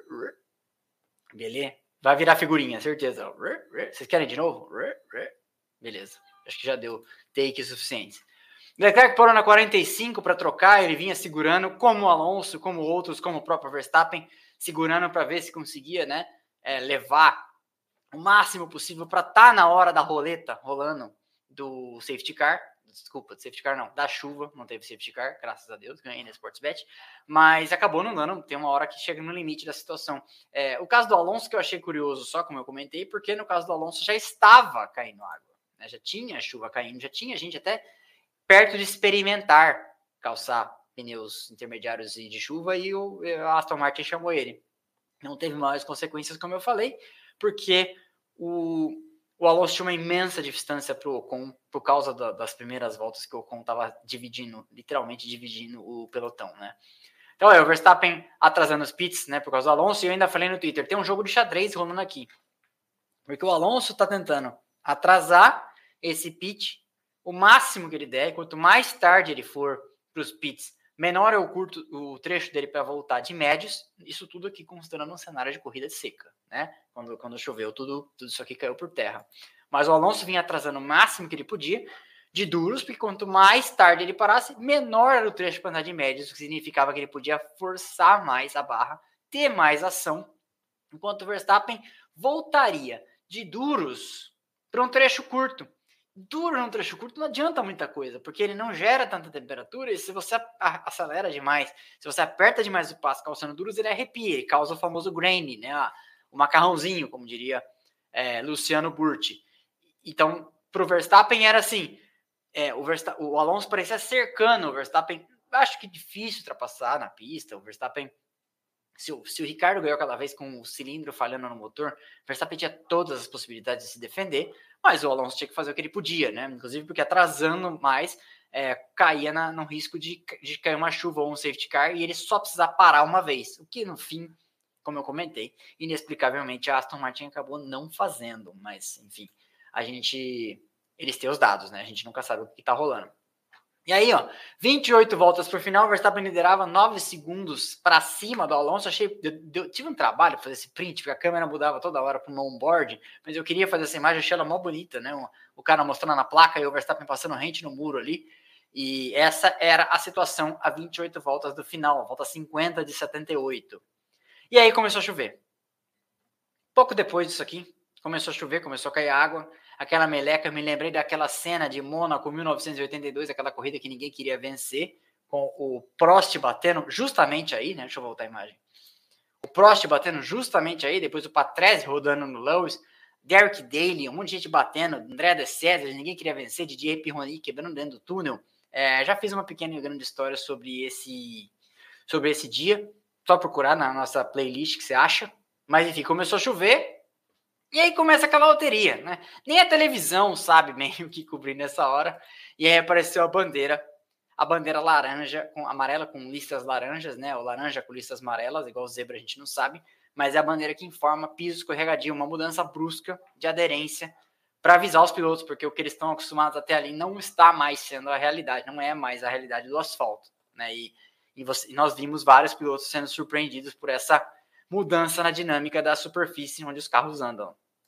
Beleza? Vai virar figurinha, certeza. Vocês querem de novo? Beleza. Acho que já deu take suficiente. Leclerc parou na quarenta e cinco para trocar, ele vinha segurando, como o Alonso, como outros, como o próprio Verstappen, segurando para ver se conseguia, né, é, levar o máximo possível para estar tá na hora da roleta rolando do safety car. Desculpa, safety car não, da chuva, não teve safety car, graças a Deus, ganhei na Sportsbet, mas acabou não dando, tem uma hora que chega no limite da situação. É, o caso do Alonso que eu achei curioso, só como eu comentei, porque no caso do Alonso já estava caindo água, né? Já tinha chuva caindo, já tinha gente até perto de experimentar calçar pneus intermediários e de chuva, e o a Aston Martin chamou ele. Não teve maiores consequências, como eu falei, porque o, o Alonso tinha uma imensa distância para o Ocon, por causa da, das primeiras voltas que o Ocon estava dividindo, literalmente dividindo o pelotão, né? Então, é, o Verstappen atrasando os pits, né, por causa do Alonso, e eu ainda falei no Twitter, tem um jogo de xadrez rolando aqui. Porque o Alonso está tentando atrasar esse pit o máximo que ele der, e quanto mais tarde ele for para os pits, menor é o, curto, o trecho dele para voltar de médios, isso tudo aqui considerando um cenário de corrida seca, né? Quando, quando choveu, tudo, tudo isso aqui caiu por terra. Mas o Alonso vinha atrasando o máximo que ele podia, de duros, porque quanto mais tarde ele parasse, menor era o trecho para andar de médios, o que significava que ele podia forçar mais a barra, ter mais ação, enquanto o Verstappen voltaria de duros para um trecho curto. Duro num trecho curto não adianta muita coisa, porque ele não gera tanta temperatura, e se você acelera demais, se você aperta demais o passo calçando duros, ele arrepia, ele causa o famoso grain, né? O macarrãozinho, como diria é, Luciano Burti. Então, para o Verstappen era assim, é, o, Verstappen, o Alonso parecia cercando o Verstappen, acho que difícil ultrapassar na pista, o Verstappen, se o, se o Ricardo ganhou aquela vez com o cilindro falhando no motor, o Verstappen tinha todas as possibilidades de se defender, mas o Alonso tinha que fazer o que ele podia, né? Inclusive porque atrasando mais, é, caía na, no risco de, de cair uma chuva ou um safety car, e ele só precisar parar uma vez, o que no fim, como eu comentei, inexplicavelmente a Aston Martin acabou não fazendo, mas enfim, a gente, eles têm os dados, né? A gente nunca sabe o que tá rolando. E aí, ó, vinte e oito voltas por final, o Verstappen liderava nove segundos para cima do Alonso. Achei, eu, eu tive um trabalho para fazer esse print, porque a câmera mudava toda hora para um onboard, mas eu queria fazer essa imagem, achei ela mó bonita, né? O, o cara mostrando na placa e o Verstappen passando rente no muro ali. E essa era a situação a vinte e oito voltas do final, volta cinquenta de setenta e oito. E aí começou a chover. Pouco depois disso aqui, começou a chover, começou a cair água. Aquela meleca, eu me lembrei daquela cena de Mônaco mil novecentos e oitenta e dois, aquela corrida que ninguém queria vencer, com o Prost batendo justamente aí, né? Deixa eu voltar a imagem. O Prost batendo justamente aí, depois o Patrese rodando no Lewis, Derek Daly, um monte de gente batendo, André de César, ninguém queria vencer, Didier Pironi quebrando dentro do túnel. É, já fiz uma pequena e grande história sobre esse, sobre esse dia, só procurar na nossa playlist que você acha. Mas enfim, começou a chover, e aí começa aquela loteria, né? Nem a televisão sabe bem o que cobrir nessa hora. E aí apareceu a bandeira, a bandeira laranja, com amarela com listas laranjas, né? Ou laranja com listas amarelas, igual zebra a gente não sabe. Mas é a bandeira que informa piso escorregadio, uma mudança brusca de aderência para avisar os pilotos, porque o que eles estão acostumados até ali não está mais sendo a realidade, não é mais a realidade do asfalto, né? E, e, você, e nós vimos vários pilotos sendo surpreendidos por essa mudança na dinâmica da superfície onde os carros andam.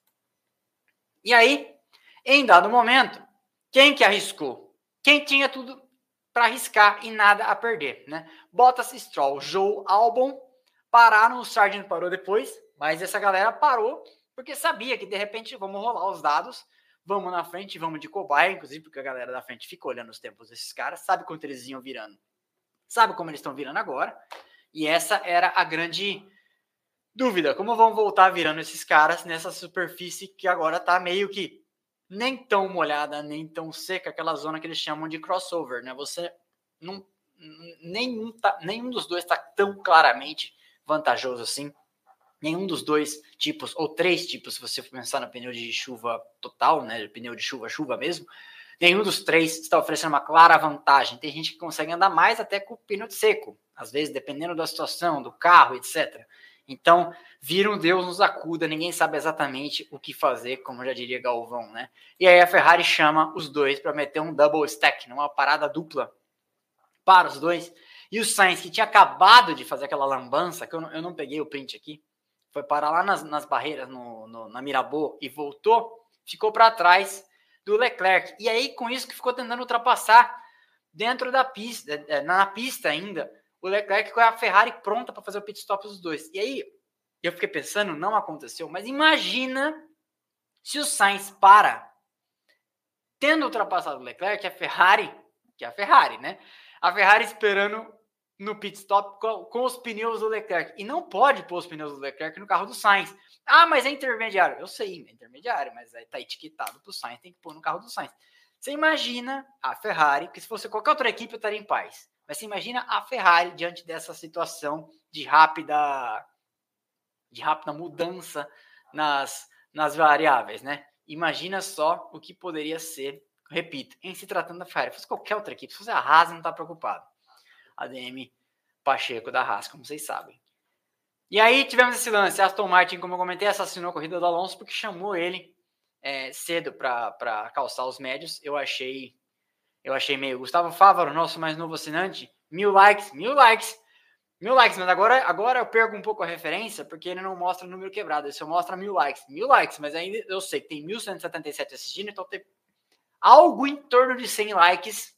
E aí, em dado momento, quem que arriscou? Quem tinha tudo para arriscar e nada a perder, né? Bottas, Stroll, Joe, Albon pararam, o Sargent parou depois, mas essa galera parou porque sabia que de repente vamos rolar os dados, vamos na frente, vamos de cobaia, inclusive porque a galera da frente fica olhando os tempos desses caras, sabe quanto eles iam virando, sabe como eles estão virando agora, e essa era a grande dúvida, como vão voltar virando esses caras nessa superfície que agora tá meio que nem tão molhada, nem tão seca, aquela zona que eles chamam de crossover, né? Você não, nenhum, tá, nenhum dos dois está tão claramente vantajoso assim. Nenhum dos dois tipos, ou três tipos, se você pensar no pneu de chuva total, né? Pneu de chuva, chuva mesmo. Nenhum dos três está oferecendo uma clara vantagem. Tem gente que consegue andar mais até com o pneu seco, às vezes dependendo da situação, do carro, etcétera. Então, vira um Deus nos acuda, ninguém sabe exatamente o que fazer, como já diria Galvão, né? E aí a Ferrari chama os dois para meter um double stack, uma parada dupla para os dois. E o Sainz, que tinha acabado de fazer aquela lambança, que eu não, eu não peguei o print aqui, foi parar lá nas, nas barreiras, no, no, na Mirabeau, e voltou, ficou para trás do Leclerc. E aí, com isso, que ficou tentando ultrapassar dentro da pista, na pista ainda, o Leclerc com a Ferrari pronta para fazer o pit stop dos dois. E aí, eu fiquei pensando, não aconteceu, mas imagina se o Sainz para, tendo ultrapassado o Leclerc, a Ferrari, que é a Ferrari, né? A Ferrari esperando no pit stop com, com os pneus do Leclerc. E não pode pôr os pneus do Leclerc no carro do Sainz. Ah, mas é intermediário. Eu sei, é intermediário, mas aí tá etiquetado pro Sainz, tem que pôr no carro do Sainz. Você imagina a Ferrari, que se fosse qualquer outra equipe, eu estaria em paz. Mas você imagina a Ferrari diante dessa situação de rápida, de rápida mudança nas, nas variáveis, né? Imagina só o que poderia ser, repito, em se tratando da Ferrari. Se fosse qualquer outra equipe, se fosse a Haas, não está preocupado. A D M Pacheco da Haas, como vocês sabem. E aí tivemos esse lance. Aston Martin, como eu comentei, assassinou a corrida do Alonso porque chamou ele é, cedo para calçar os médios. Eu achei, eu achei meio... Gustavo Fávaro, nosso mais novo assinante, mil likes, mil likes, mil likes. Mas agora, agora eu perco um pouco a referência porque ele não mostra o número quebrado. Ele só mostra mil likes, mil likes. Mas ainda eu sei que tem mil cento e setenta e sete assistindo, então tem algo em torno de cem likes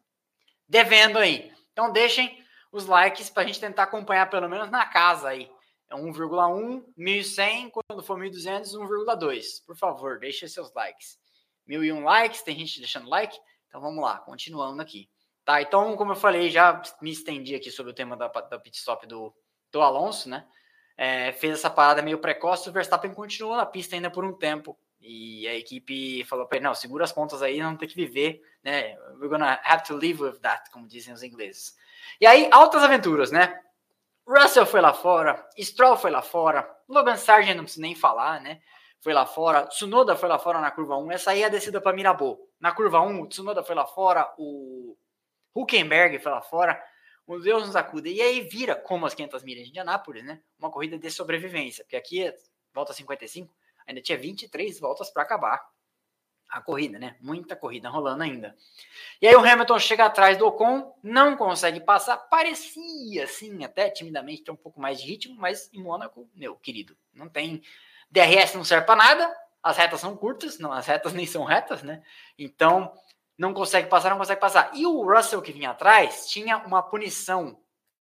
devendo aí. Então deixem os likes para a gente tentar acompanhar pelo menos na casa aí. É um vírgula um, mil e cem, quando for mil e duzentos, um vírgula dois. Por favor, deixem seus likes. mil e um likes, tem gente deixando like. Então vamos lá, continuando aqui. Tá, então, como eu falei, já me estendi aqui sobre o tema da, da pit stop do, do Alonso, né? É, fez essa parada meio precoce, o Verstappen continuou na pista ainda por um tempo. E a equipe falou para ele, não, segura as pontas aí, não tem que viver, né? We're gonna have to live with that, como dizem os ingleses. E aí, altas aventuras, né? Russell foi lá fora, Stroll foi lá fora, Logan Sargent não precisa nem falar, né? Foi lá fora, Tsunoda foi lá fora na curva um, essa aí é a descida para Mirabô. Na curva um, o Tsunoda foi lá fora, o Hülkenberg foi lá fora, o Deus nos acuda. E aí vira, como as quinhentas milhas de Indianápolis, né? Uma corrida de sobrevivência, porque aqui, volta cinquenta e cinco, ainda tinha vinte e três voltas para acabar a corrida, né? Muita corrida rolando ainda. E aí o Hamilton chega atrás do Ocon, não consegue passar, parecia, assim, até timidamente ter um pouco mais de ritmo, mas em Mônaco, meu querido, não tem... D R S não serve para nada, as retas são curtas, não, as retas nem são retas, né? Então, não consegue passar, não consegue passar. E o Russell que vinha atrás tinha uma punição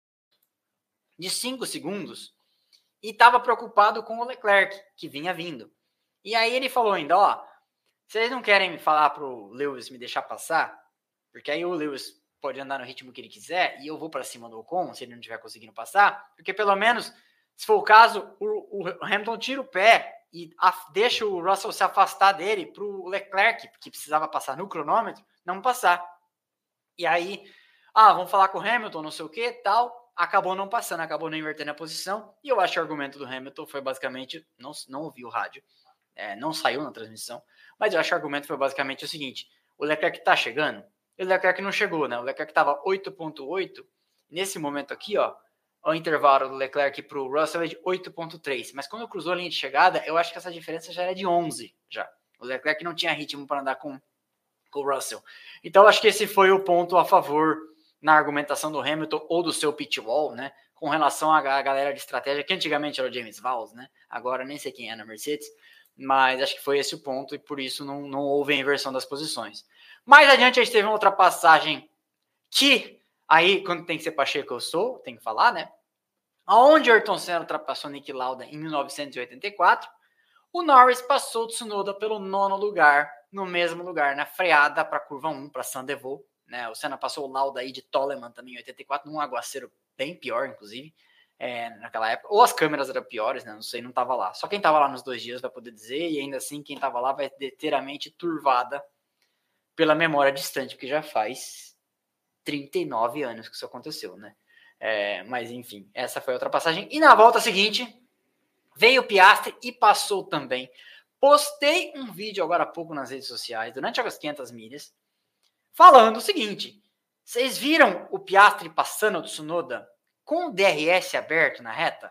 de cinco segundos e estava preocupado com o Leclerc, que vinha vindo. E aí ele falou ainda, ó, vocês não querem me falar pro Lewis me deixar passar? Porque aí o Lewis pode andar no ritmo que ele quiser e eu vou para cima do Ocon, se ele não estiver conseguindo passar, porque pelo menos, se for o caso, o, o Hamilton tira o pé e a, deixa o Russell se afastar dele pro Leclerc, que precisava passar no cronômetro, não passar. E aí, ah, vamos falar com o Hamilton, não sei o que, tal, acabou não passando, acabou não invertendo a posição, e eu acho que o argumento do Hamilton foi basicamente, não, não ouvi o rádio, é, não saiu na transmissão, mas eu acho que o argumento foi basicamente o seguinte, o Leclerc tá chegando, e o Leclerc não chegou, né, o Leclerc tava oito ponto oito, nesse momento aqui, ó, o intervalo do Leclerc pro Russell é de oito ponto três, mas quando cruzou a linha de chegada, eu acho que essa diferença já era de onze, já, o Leclerc não tinha ritmo para andar com, com o Russell, então eu acho que esse foi o ponto a favor na argumentação do Hamilton ou do seu pit wall, né, com relação à galera de estratégia, que antigamente era o James Vowles, né, agora nem sei quem é na Mercedes, mas acho que foi esse o ponto e por isso não, não houve a inversão das posições. Mais adiante a gente teve uma ultrapassagem que, aí quando tem que ser Pacheco eu sou, tem que falar, né, aonde Ayrton Senna ultrapassou Niki Lauda em mil novecentos e oitenta e quatro, o Norris passou o Tsunoda pelo nono lugar, no mesmo lugar, na freada para a curva um, para Saint-Devoux, né? O Senna passou o Lauda aí de Toleman também em oitenta e quatro, num aguaceiro bem pior, inclusive, é, naquela época. Ou as câmeras eram piores, né? Não sei, não estava lá. Só quem estava lá nos dois dias vai poder dizer, e ainda assim, quem estava lá vai ter inteiramente turvada pela memória distante, porque já faz trinta e nove anos que isso aconteceu, né? É, mas, enfim, essa foi a ultrapassagem. E na volta seguinte, veio o Piastri e passou também. Postei um vídeo agora há pouco nas redes sociais, durante as quinhentas milhas, falando o seguinte, vocês viram o Piastri passando o Tsunoda com o D R S aberto na reta?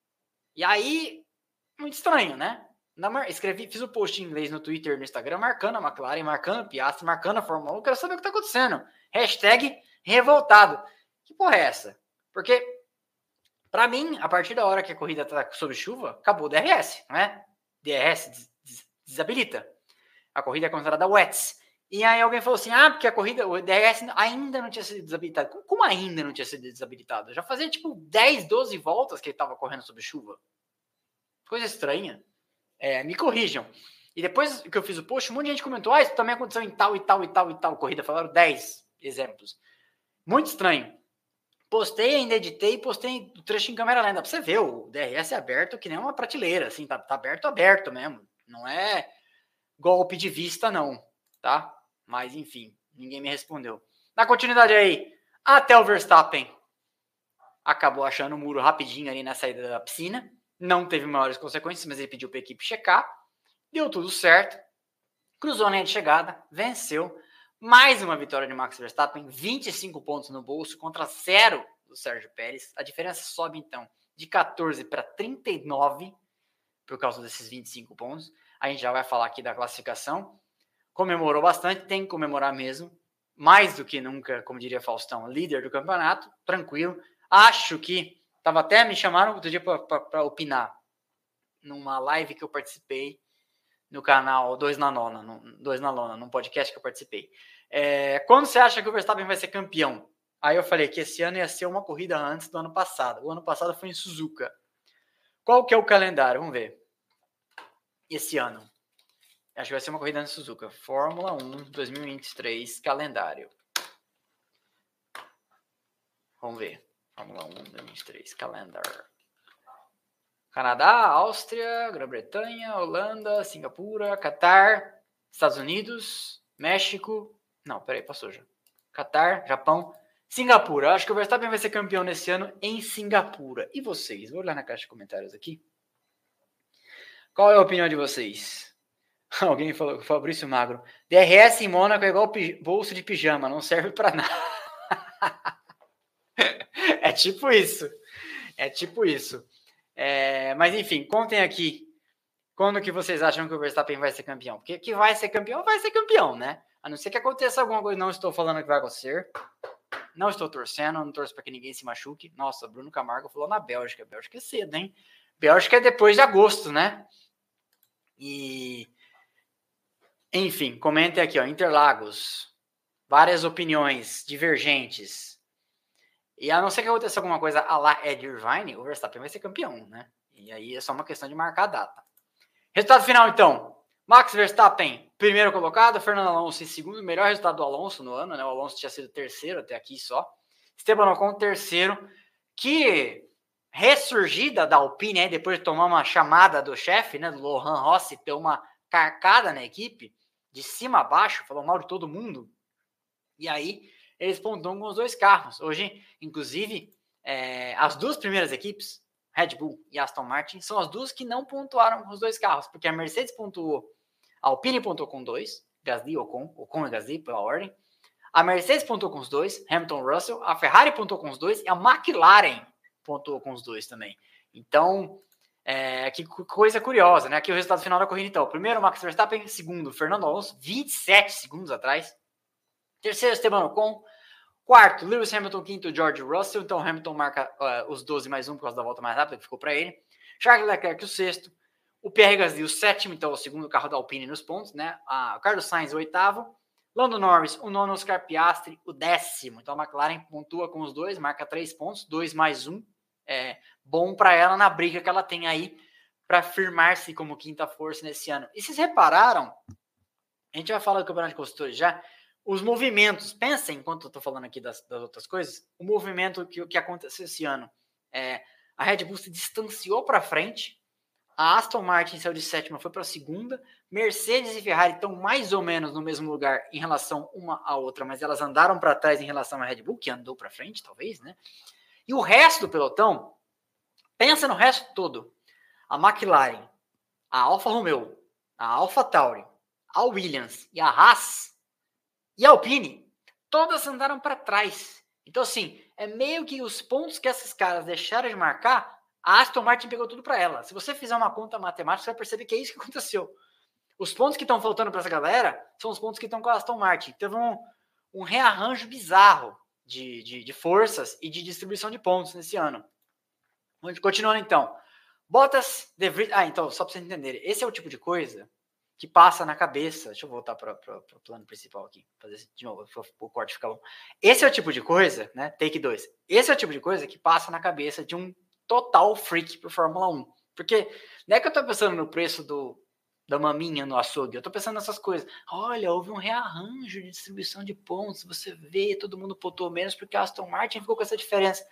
E aí, muito estranho, né? Na, escrevi, fiz o um post em inglês no Twitter e no Instagram, marcando a McLaren, marcando o Piastri, marcando a Fórmula um, eu quero saber o que está acontecendo. Hashtag revoltado. Que porra é essa? Porque, para mim, a partir da hora que a corrida está sob chuva, acabou o D R S, não é? D R S des, des, desabilita. A corrida é considerada wets. E aí alguém falou assim, ah, porque a corrida, o D R S ainda não tinha sido desabilitado. Como ainda não tinha sido desabilitado? Já fazia tipo dez, doze voltas que ele estava correndo sob chuva. Coisa estranha. É, me corrijam. E depois que eu fiz o post, um monte de gente comentou, ah, isso também aconteceu em tal e tal e tal e tal corrida. Falaram dez exemplos. Muito estranho. Postei, ainda editei, postei o trecho em câmera lenta. Pra você ver, o D R S é aberto que nem uma prateleira, assim, tá, tá aberto, aberto mesmo. Não é golpe de vista, não, tá? Mas, enfim, ninguém me respondeu. Na continuidade aí, Até o Verstappen acabou achando o muro rapidinho ali na saída da piscina. Não teve maiores consequências, mas ele pediu para a equipe checar. Deu tudo certo. Cruzou a linha de chegada, venceu. Mais uma vitória de Max Verstappen, vinte e cinco pontos no bolso contra zero do Sérgio Pérez. A diferença sobe, então, de catorze para trinta e nove por causa desses vinte e cinco pontos. A gente já vai falar aqui da classificação. Comemorou bastante, tem que comemorar mesmo. Mais do que nunca, como diria Faustão, líder do campeonato, tranquilo. Acho que, estava até me chamaram outro dia para opinar numa live que eu participei no canal dois na Nona, no, dois na Lona, num podcast que eu participei. É, quando você acha que o Verstappen vai ser campeão? Aí eu falei que esse ano ia ser uma corrida antes do ano passado. O ano passado foi em Suzuka. Qual que é o calendário? Vamos ver. Esse ano. Acho que vai ser uma corrida antes de Suzuka. Fórmula um dois mil e vinte e três, calendário. Vamos ver. Fórmula um dois mil e vinte e três, calendário. Canadá, Áustria, Grã-Bretanha, Holanda, Singapura, Catar, Estados Unidos, México. Não, peraí, passou já. Catar, Japão, Singapura. Acho que o Verstappen vai ser campeão nesse ano em Singapura. E vocês? Vou olhar na caixa de comentários aqui. Qual é a opinião de vocês? Alguém falou, Fabrício Magro. D R S em Mônaco é igual bolso de pijama, não serve pra nada. É tipo isso. É tipo isso. É, mas enfim, contem aqui quando que vocês acham que o Verstappen vai ser campeão. Porque que vai ser campeão, vai ser campeão, né? A não ser que aconteça alguma coisa, não estou falando que vai acontecer. Não estou torcendo, não torço para que ninguém se machuque. Nossa, Bruno Camargo falou na Bélgica. Bélgica é cedo, hein? Bélgica é depois de agosto, né? E... Enfim, comentem aqui, ó. Interlagos. Várias opiniões divergentes. E a não ser que aconteça alguma coisa a lá Ed Irvine, o Verstappen vai ser campeão, né? E aí é só uma questão de marcar a data. Resultado final, então. Max Verstappen, primeiro colocado. Fernando Alonso em segundo. Melhor resultado do Alonso no ano, né? O Alonso tinha sido terceiro até aqui só. Esteban Ocon, terceiro. Que ressurgida da Alpine, aí, depois de tomar uma chamada do chefe, né? Do Lohan Rossi, ter uma carcada na equipe, de cima a baixo, falou mal de todo mundo. E aí... eles pontuam com os dois carros. Hoje, inclusive, é, as duas primeiras equipes, Red Bull e Aston Martin, são as duas que não pontuaram com os dois carros, porque a Mercedes pontuou, a Alpine pontuou com dois, Gasly, Ocon, Ocon e Gasly, pela ordem. A Mercedes pontuou com os dois, Hamilton, Russell. A Ferrari pontuou com os dois e a McLaren pontuou com os dois também. Então, é, que coisa curiosa, né? Aqui o resultado final da corrida, então. Primeiro, Max Verstappen. Segundo, Fernando Alonso, vinte e sete segundos atrás. Terceiro, Esteban Ocon. Quarto, Lewis Hamilton. Quinto, George Russell. Então, Hamilton marca uh, os doze mais um por causa da volta mais rápida que ficou para ele. Charles Leclerc, o sexto. O Pierre Gasly, o sétimo. Então, o segundo carro da Alpine nos pontos, né? Uh, o Carlos Sainz, o oitavo. Lando Norris, o nono. Oscar Piastri, o décimo. Então, a McLaren pontua com os dois, marca três pontos. Dois mais um. É bom para ela na briga que ela tem aí para firmar-se como quinta força nesse ano. E vocês repararam, a gente vai falar do Campeonato de Construtores já, os movimentos, pensem, enquanto eu estou falando aqui das, das outras coisas, o movimento que, que aconteceu esse ano. É, a Red Bull se distanciou para frente, a Aston Martin saiu de sétima, foi para a segunda, Mercedes e Ferrari estão mais ou menos no mesmo lugar em relação uma à outra, mas elas andaram para trás em relação à Red Bull, que andou para frente, talvez, né? E o resto do pelotão, pensa no resto todo. A McLaren, a Alfa Romeo, a Alfa Tauri, a Williams e a Haas e a Alpine, todas andaram para trás. Então, assim, é meio que os pontos que esses caras deixaram de marcar, a Aston Martin pegou tudo para ela. Se você fizer uma conta matemática, você vai perceber que é isso que aconteceu. Os pontos que estão faltando para essa galera são os pontos que estão com a Aston Martin. Teve um, um rearranjo bizarro de, de, de forças e de distribuição de pontos nesse ano. Continuando, então. Bottas, De Vries... Ah, então, só para vocês entenderem. Esse é o tipo de coisa que passa na cabeça. Deixa eu voltar para o plano principal aqui. Fazer de novo, o corte fica bom. Esse é o tipo de coisa, né? Take dois. Esse é o tipo de coisa que passa na cabeça de um total freak pro Fórmula um. Porque não é que eu tô pensando no preço do, da maminha no açougue. Eu tô pensando nessas coisas. Olha, houve um rearranjo de distribuição de pontos. Você vê, todo mundo pontuou menos porque a Aston Martin ficou com essa diferença.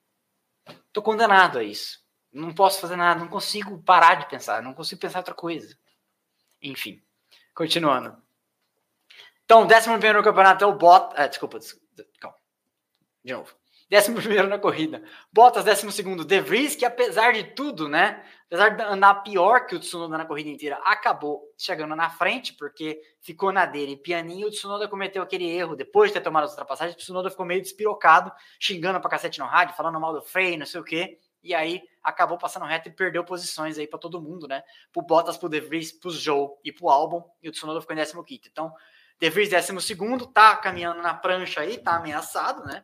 Tô condenado a isso. Não posso fazer nada, não consigo parar de pensar, não consigo pensar outra coisa. Enfim, continuando. Então, décimo primeiro no campeonato é o Bottas. Ah, desculpa, calma. de novo. décimo primeiro na corrida. Bottas, décimo segundo. De Vries, que apesar de tudo, né? Apesar de andar pior que o Tsunoda na corrida inteira, acabou chegando na frente, porque ficou na dele pianinho. O Tsunoda cometeu aquele erro depois de ter tomado as ultrapassagens. O Tsunoda ficou meio despirocado, xingando pra cacete no rádio, falando mal do freio, não sei o quê. E aí acabou passando reto e perdeu posições aí pra todo mundo, né? Pro Bottas, pro De Vries, pro Zhou e pro Albon. E o Tsunoda ficou em décimo quinto. Então, De Vries, décimo segundo, tá caminhando na prancha aí, tá ameaçado, né?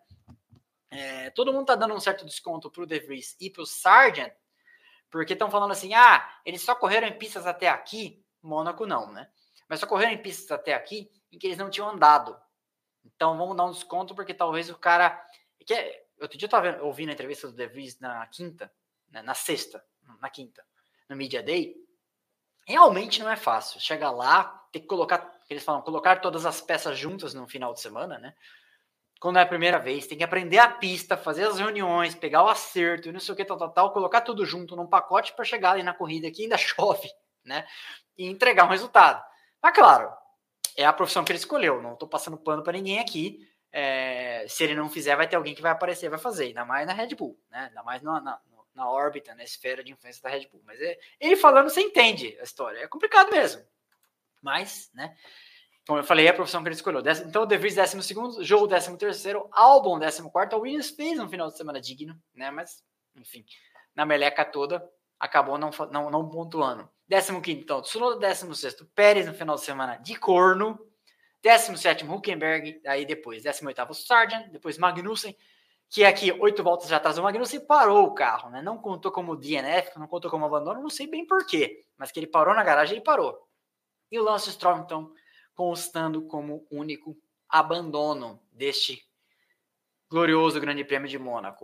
É, todo mundo tá dando um certo desconto pro De Vries e pro Sargent, porque estão falando assim, ah, eles só correram em pistas até aqui, Mônaco não, né? Mas só correram em pistas até aqui em que eles não tinham andado. Então vamos dar um desconto, porque talvez o cara... Que é, outro dia eu tava ouvindo a entrevista do De Vries na quinta, né, na sexta, na quinta, no Media Day. Realmente não é fácil. Chegar lá, ter que colocar, eles falam, colocar todas as peças juntas no final de semana, né? Quando é a primeira vez, tem que aprender a pista, fazer as reuniões, pegar o acerto e não sei o que, tal, tal, tal, colocar tudo junto num pacote para chegar ali na corrida que ainda chove, né? E entregar um resultado. Mas claro, é a profissão que ele escolheu, não estou passando pano para ninguém aqui. É, se ele não fizer, vai ter alguém que vai aparecer e vai fazer, ainda mais na Red Bull, né? Ainda mais na, na, na órbita, na esfera de influência da Red Bull. Mas é, ele falando, você entende a história, é complicado mesmo. Mas, né? Como eu falei, é a profissão que ele escolheu. Então, o De Vries, décimo segundo, Zhou, décimo terceiro, Albon, décimo quarto. A Williams fez um final de semana digno, né? Mas, enfim, na meleca toda, acabou não, não, não pontuando. décimo quinto, então, Tsunoda, décimo sexto, Pérez no final de semana de corno. décimo sétimo, Hülkenberg. Aí depois, décimo oitavo, Sargent. Depois, Magnussen, que aqui, oito voltas já atrás do Magnussen, parou o carro, né? Não contou como D N F, não contou como abandono, não sei bem porquê. Mas que ele parou na garagem, ele parou. E o Lance Stroll, então, constando como único abandono deste glorioso Grande Prêmio de Mônaco.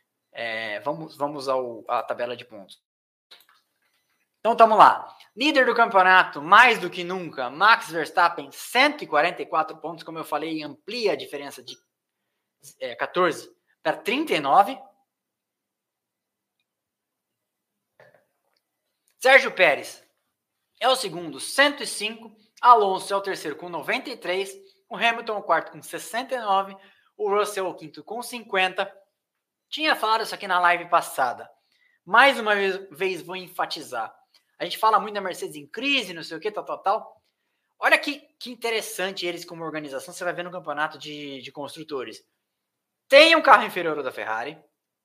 É, vamos vamos ao, à tabela de pontos. Então, estamos lá. Líder do campeonato, mais do que nunca, Max Verstappen, cento e quarenta e quatro pontos, como eu falei, amplia a diferença de é, catorze para trinta e nove. Sérgio Pérez é o segundo, cento e cinco. Alonso é o terceiro com noventa e três, o Hamilton é o quarto com sessenta e nove, o Russell é o quinto com cinquenta. Tinha falado isso aqui na live passada. Mais uma vez vou enfatizar. A gente fala muito da Mercedes em crise, não sei o que, tal, tal, tal. Olha que, que interessante eles como organização, você vai ver no campeonato de, de construtores. Tem um carro inferior ao da Ferrari.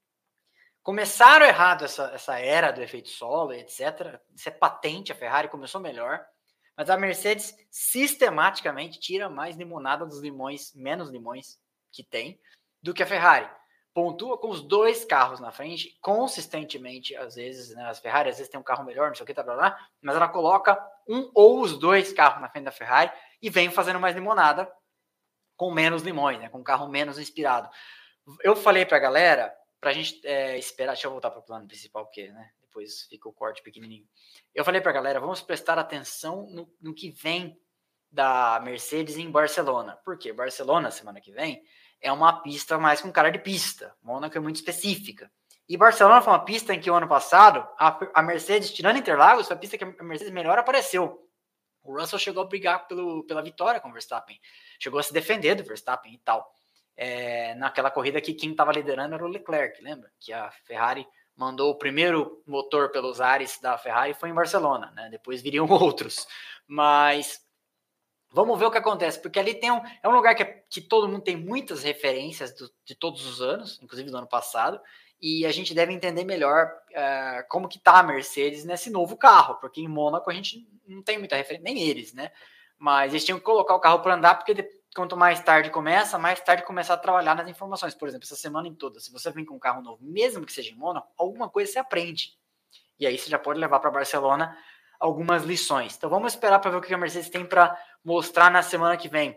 Começaram errado essa, essa era do efeito solo, etcétera. Isso é patente, a Ferrari começou melhor. Mas a Mercedes sistematicamente tira mais limonada dos limões, menos limões que tem, do que a Ferrari. Pontua com os dois carros na frente, consistentemente, às vezes, né? As Ferrari às vezes tem um carro melhor, não sei o que, tá, blá, blá, mas ela coloca um ou os dois carros na frente da Ferrari e vem fazendo mais limonada com menos limões, né? Com um carro menos inspirado. Eu falei pra galera, pra gente é, esperar, deixa eu voltar pro plano principal, porque, né? Depois fica o corte pequenininho. Eu falei pra galera, vamos prestar atenção no, no que vem da Mercedes em Barcelona. Por quê? Barcelona, semana que vem, é uma pista mais com cara de pista. Mônaco é muito específica. E Barcelona foi uma pista em que o ano passado, a, a Mercedes, tirando Interlagos, foi a pista que a Mercedes melhor apareceu. O Russell chegou a brigar pelo, pela vitória com o Verstappen. Chegou a se defender do Verstappen e tal. É, naquela corrida que quem estava liderando era o Leclerc, lembra? Que a Ferrari mandou o primeiro motor pelos ares da Ferrari foi em Barcelona, né? Depois viriam outros. Mas vamos ver o que acontece, porque ali tem um, é um lugar que, é, que todo mundo tem muitas referências do, de todos os anos, inclusive do ano passado, e a gente deve entender melhor uh, como que tá a Mercedes nesse novo carro, porque em Mônaco a gente não tem muita referência, nem eles, né? Mas eles tinham que colocar o carro para andar, porque de, quanto mais tarde começa, mais tarde começar a trabalhar nas informações. Por exemplo, essa semana em toda, se você vem com um carro novo, mesmo que seja em Mônaco, alguma coisa você aprende. E aí você já pode levar para Barcelona algumas lições. Então vamos esperar para ver o que a Mercedes tem para mostrar na semana que vem.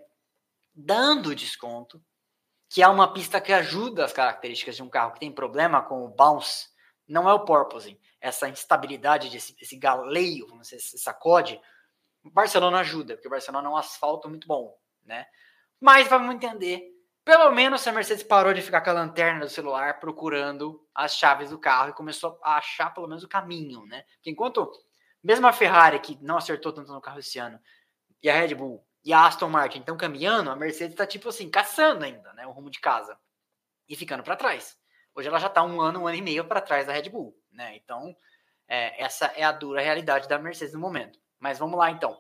Dando desconto, que é uma pista que ajuda as características de um carro que tem problema com o bounce, não é o porpoising, essa instabilidade, desse, esse galeio, vamos dizer, esse sacode. Barcelona ajuda, porque o Barcelona é um asfalto muito bom, né? Mas vamos entender, pelo menos se a Mercedes parou de ficar com a lanterna do celular procurando as chaves do carro e começou a achar pelo menos o caminho, né? Porque enquanto mesmo a Ferrari, que não acertou tanto no carro esse ano, e a Red Bull e a Aston Martin estão caminhando, a Mercedes está tipo assim, caçando ainda, né? O rumo de casa. e ficando para trás. Hoje ela já está um ano, um ano e meio para trás da Red Bull, né? Então, é, essa é a dura realidade da Mercedes no momento. Mas vamos lá, então.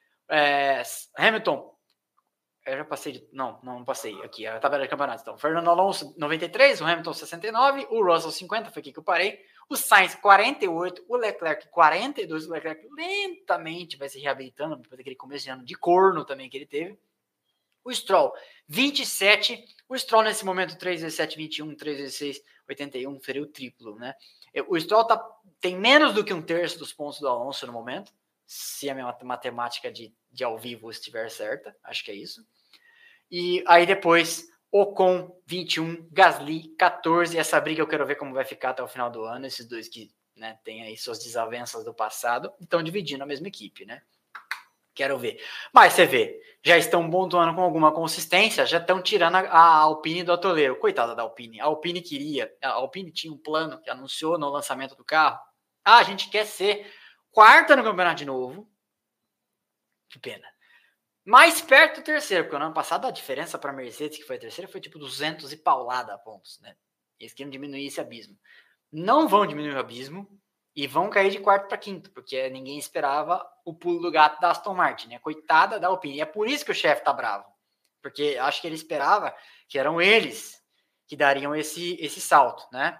É, Hamilton, eu já passei de... Não, não passei aqui, a tabela de campeonatos. Então, Fernando Alonso, noventa e três, o Hamilton, sessenta e nove, o Russell, cinquenta, foi aqui que eu parei. O Sainz, quarenta e oito, o Leclerc, quarenta e dois, o Leclerc lentamente vai se reabilitando, depois daquele começo de ano de corno também que ele teve. O Stroll, vinte e sete, o Stroll nesse momento, três vezes sete, vinte e um, três vezes seis, oitenta e um, seria o triplo, né? O Stroll tá, tem menos do que um terço dos pontos do Alonso no momento, se a minha matemática de, de ao vivo estiver certa, acho que é isso. E aí depois, Ocon, vinte e um, Gasly, catorze, essa briga eu quero ver como vai ficar até o final do ano, esses dois que, né, têm aí suas desavenças do passado, estão dividindo a mesma equipe, né? Quero ver. Mas você vê, já estão pontuando com alguma consistência, já estão tirando a, a Alpine do atoleiro. Coitada da Alpine. A Alpine queria, a Alpine tinha um plano que anunciou no lançamento do carro. Ah, a gente quer ser quarta no campeonato de novo. Que pena. Mais perto do terceiro, porque no ano passado a diferença para a Mercedes, que foi a terceira, foi tipo duzentos e paulada pontos, né? Eles queriam diminuir esse abismo. Não vão diminuir o abismo. E vão cair de quarto para quinto, porque ninguém esperava o pulo do gato da Aston Martin, né? Coitada da Alpine. E é por isso que o chefe tá bravo. Porque acho que ele esperava que eram eles que dariam esse, esse salto, né?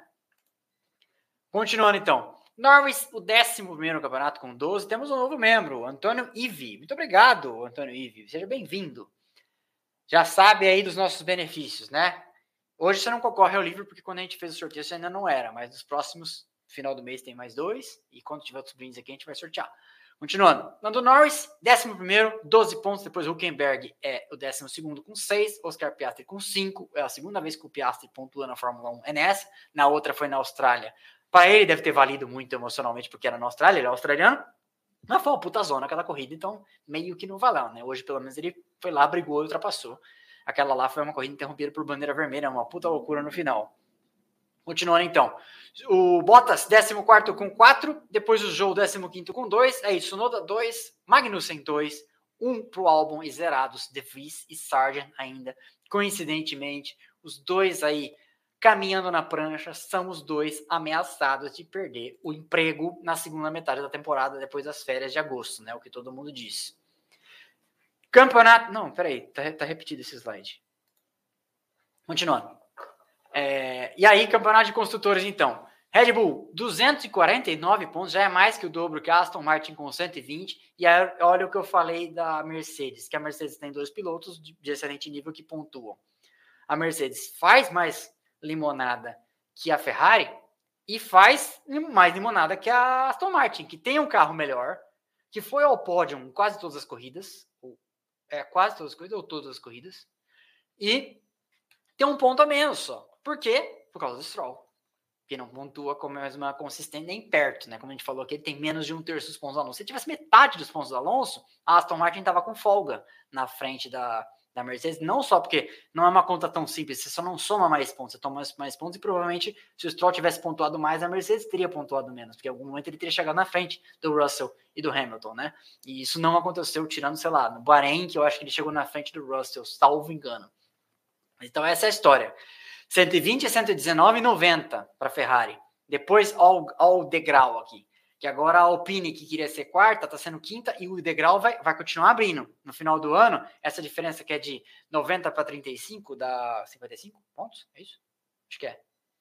Continuando então. Norris, o décimo primeiro campeonato com doze. Temos um novo membro, Antônio Ivi. Muito obrigado, Antônio Ivi. Seja bem-vindo. Já sabe aí dos nossos benefícios, né? Hoje você não concorre ao livro, porque quando a gente fez o sorteio você ainda não era, mas nos próximos... final do mês tem mais dois, e quando tiver outros brindes aqui, a gente vai sortear. Continuando. Lando Norris, décimo primeiro, doze pontos. Depois, Hülkenberg é o décimo segundo com seis. Oscar Piastri com cinco. É a segunda vez que o Piastri pontua na Fórmula um é nessa. Na outra foi na Austrália. Para ele deve ter valido muito emocionalmente, porque era na Austrália, ele é australiano. Mas foi uma puta zona aquela corrida, então meio que não valeu, né? Hoje, pelo menos, ele foi lá, brigou e ultrapassou. Aquela lá foi uma corrida interrompida por bandeira vermelha, uma puta loucura no final. Continuando então, o Bottas, décimo quarto com quatro, depois o Zhou, décimo quinto com dois, aí Tsunoda dois, Magnussen dois, um pro Albon e zerados, De Vries e Sargent ainda, coincidentemente, os dois aí caminhando na prancha, são os dois ameaçados de perder o emprego na segunda metade da temporada, depois das férias de agosto, né, o que todo mundo disse. Campeonato, não, peraí, tá, tá repetido esse slide. Continuando. É, e aí, campeonato de construtores, então. Red Bull, duzentos e quarenta e nove pontos, já é mais que o dobro que a Aston Martin com cento e vinte. E aí, olha o que eu falei da Mercedes, que a Mercedes tem dois pilotos de, de excelente nível que pontuam. A Mercedes faz mais limonada que a Ferrari e faz mais limonada que a Aston Martin, que tem um carro melhor, que foi ao pódio em quase todas as corridas, ou, é, quase todas as corridas, ou todas as corridas, e tem um ponto a menos só. Por quê? Por causa do Stroll. Que não pontua com a mesma consistência nem perto, né? Como a gente falou aqui, ele tem menos de um terço dos pontos do Alonso. Se ele tivesse metade dos pontos do Alonso, a Aston Martin estava com folga na frente da, da Mercedes. Não só porque não é uma conta tão simples, você só não soma mais pontos, você toma mais, mais pontos e provavelmente se o Stroll tivesse pontuado mais, a Mercedes teria pontuado menos, porque em algum momento ele teria chegado na frente do Russell e do Hamilton, né? E isso não aconteceu tirando, sei lá, no Bahrein, que eu acho que ele chegou na frente do Russell, salvo engano. Então essa é a história. cento e vinte, cento e dezenove e noventa para a Ferrari. Depois, ao, ao degrau aqui. Que agora a Alpine, que queria ser quarta, está sendo quinta e o degrau vai, vai continuar abrindo. No final do ano, essa diferença que é de noventa para trinta e cinco, dá cinquenta e cinco pontos? É isso? Acho que é.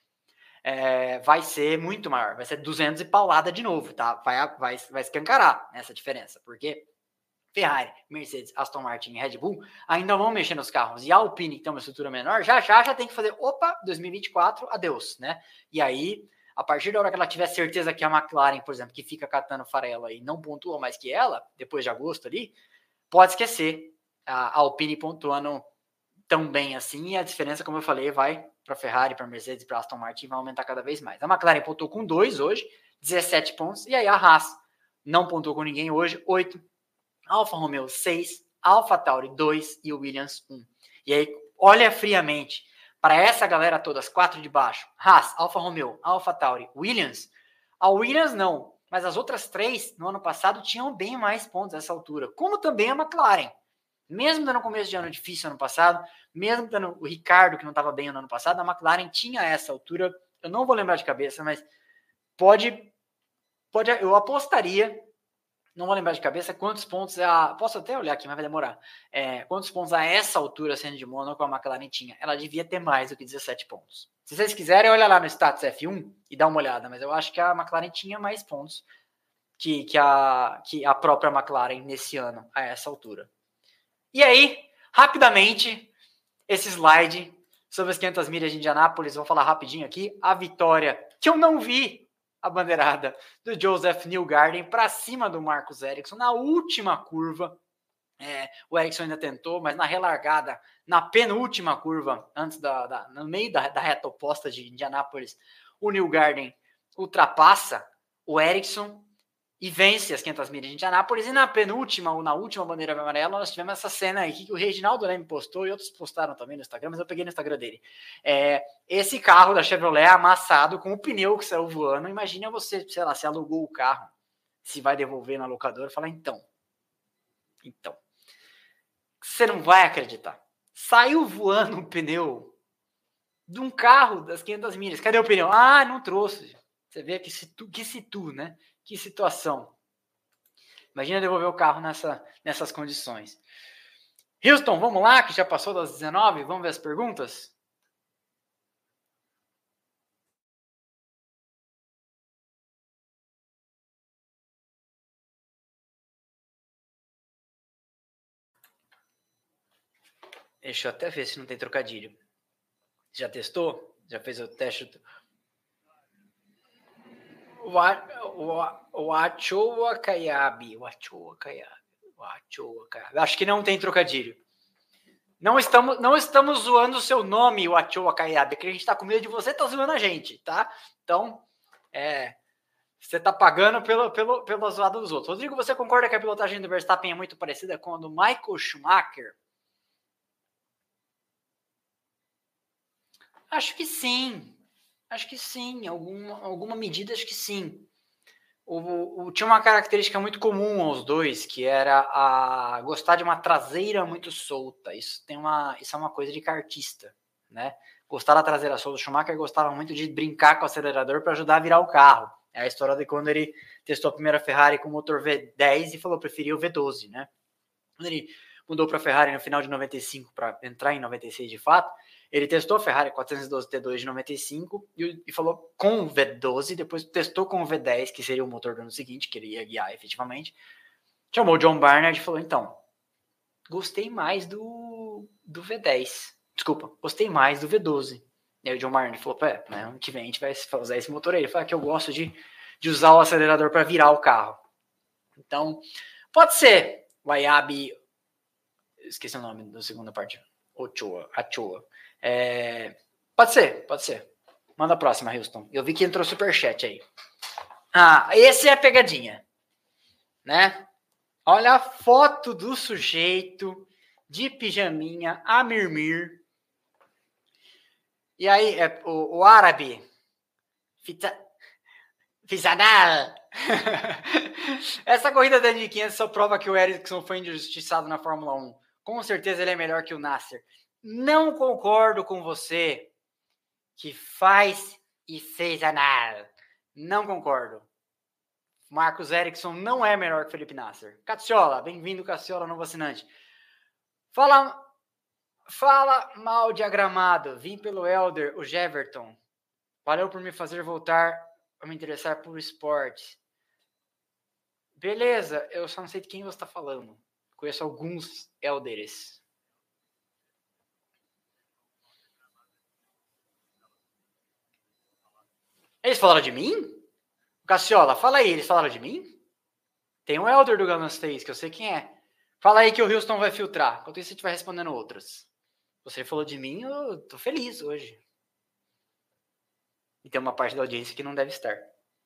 É, vai ser muito maior. Vai ser duzentos e paulada de novo, tá? Vai, vai, vai escancarar essa diferença. Porque Ferrari, Mercedes, Aston Martin e Red Bull ainda vão mexer nos carros. E a Alpine, que tem uma estrutura menor, já já já tem que fazer, opa, dois mil e vinte e quatro, adeus, né? E aí, a partir da hora que ela tiver certeza que a McLaren, por exemplo, que fica catando farelo aí, não pontua mais que ela, depois de agosto ali, pode esquecer a Alpine pontuando tão bem assim, e a diferença, como eu falei, vai para Ferrari, para Mercedes, para Aston Martin, vai aumentar cada vez mais. A McLaren pontuou com dois hoje, dezessete pontos, e aí a Haas não pontuou com ninguém hoje, oito. Alfa Romeo seis, Alfa Tauri dois e o Williams um. E aí, olha friamente, para essa galera toda, as quatro de baixo, Haas, Alfa Romeo, Alfa Tauri, Williams, a Williams não, mas as outras três, no ano passado, tinham bem mais pontos nessa altura, como também a McLaren. Mesmo dando começo de ano difícil ano passado, mesmo dando o Ricardo, que não estava bem no ano passado, a McLaren tinha essa altura, eu não vou lembrar de cabeça, mas pode, pode eu apostaria, não vou lembrar de cabeça, quantos pontos, a, posso até olhar aqui, mas vai demorar, é, quantos pontos a essa altura, sendo de Mônaco, a McLaren tinha. Ela devia ter mais do que dezessete pontos. Se vocês quiserem, olha lá no Status F um e dá uma olhada, mas eu acho que a McLaren tinha mais pontos que, que, a, que a própria McLaren nesse ano, a essa altura. E aí, rapidamente, esse slide sobre as quinhentas milhas de Indianápolis, vou falar rapidinho aqui, a vitória, que eu não vi a bandeirada do Joseph Newgarden para cima do Marcus Ericsson na última curva. É, o Ericsson ainda tentou, mas na relargada, na penúltima curva, antes da, da no meio da, da reta oposta de Indianápolis, o Newgarden ultrapassa o Ericsson e vence as quinhentas milhas de Indianápolis. E na penúltima, ou na última bandeira amarela, nós tivemos essa cena aí que o Reginaldo Leme postou e outros postaram também no Instagram, mas eu peguei no Instagram dele. É, esse carro da Chevrolet amassado com o pneu que saiu voando. Imagina você, sei lá, se alugou o carro, se vai devolver na locadora e falar, então, então, você não vai acreditar. Saiu voando um pneu de um carro das quinhentas milhas. Cadê o pneu? Ah, não trouxe. Você vê que situ, que situ, né? Que situação. Imagina devolver o carro nessa, nessas condições. Houston, vamos lá, que já passou das dezenove. Vamos ver as perguntas? Deixa eu até ver se não tem trocadilho. Já testou? Já fez o teste? O Achoa Kayabi. O Achoa Kayabi. O Achoa Kayabi. Acho que não tem trocadilho. Não estamos, não estamos zoando o seu nome, o Achoa Kayabi, que a gente está com medo de você estar tá zoando a gente, tá? Então, é, você está pagando pelo, pelo, pela zoada dos outros. Rodrigo, você concorda que a pilotagem do Verstappen é muito parecida com a do Michael Schumacher? Acho que sim. Acho que sim. Alguma, alguma medida, acho que sim. O, o, tinha uma característica muito comum aos dois, que era a gostar de uma traseira muito solta. Isso, tem uma, isso é uma coisa de kartista, né? Gostar da traseira solta. O Schumacher gostava muito de brincar com o acelerador para ajudar a virar o carro. É a história de quando ele testou a primeira Ferrari com o motor V dez e falou que preferia o V doze, né? Quando ele mudou para a Ferrari no final de noventa e cinco para entrar em noventa e seis de fato, ele testou a Ferrari quatrocentos e doze T dois de noventa e cinco e, e falou com o V doze, depois testou com o V dez, que seria o motor do ano seguinte, que ele ia guiar efetivamente. Chamou o John Barnard e falou, então, gostei mais do, do V dez. Desculpa, gostei mais do V doze. E aí o John Barnard falou, pé, né, ano que vem a gente vai usar esse motor aí. Ele falou que eu gosto de, de usar o acelerador para virar o carro. Então, pode ser. Wayabi, esqueci o nome da segunda parte. Ochoa, Achoa. É, pode ser, pode ser. Manda a próxima, Houston. Eu vi que entrou superchat aí. Ah, esse é a pegadinha, né? Olha a foto do sujeito de pijaminha a mirmir. E aí, é, o, o árabe. Fita, Fizanal. Essa corrida da Indy quinhentos só prova que o Ericsson foi injustiçado na Fórmula um. Com certeza ele é melhor que o Nasser. Não concordo com você que faz e fez anal. Não concordo. Marcos Ericsson não é melhor que Felipe Nasser. Cacciola, bem-vindo, Cacciola, novo assinante. Fala, fala mal diagramado. Vim pelo Elder, o Jeverton. Valeu por me fazer voltar a me interessar por esporte. Beleza, eu só não sei de quem você está falando. Conheço alguns Elders. Eles falaram de mim? Cacciola, fala aí, eles falaram de mim? Tem um Elder do Galan três, que eu sei quem é. Fala aí que o Houston vai filtrar. Enquanto isso, a gente vai respondendo outras. Você falou de mim, eu tô feliz hoje. E tem uma parte da audiência que não deve estar.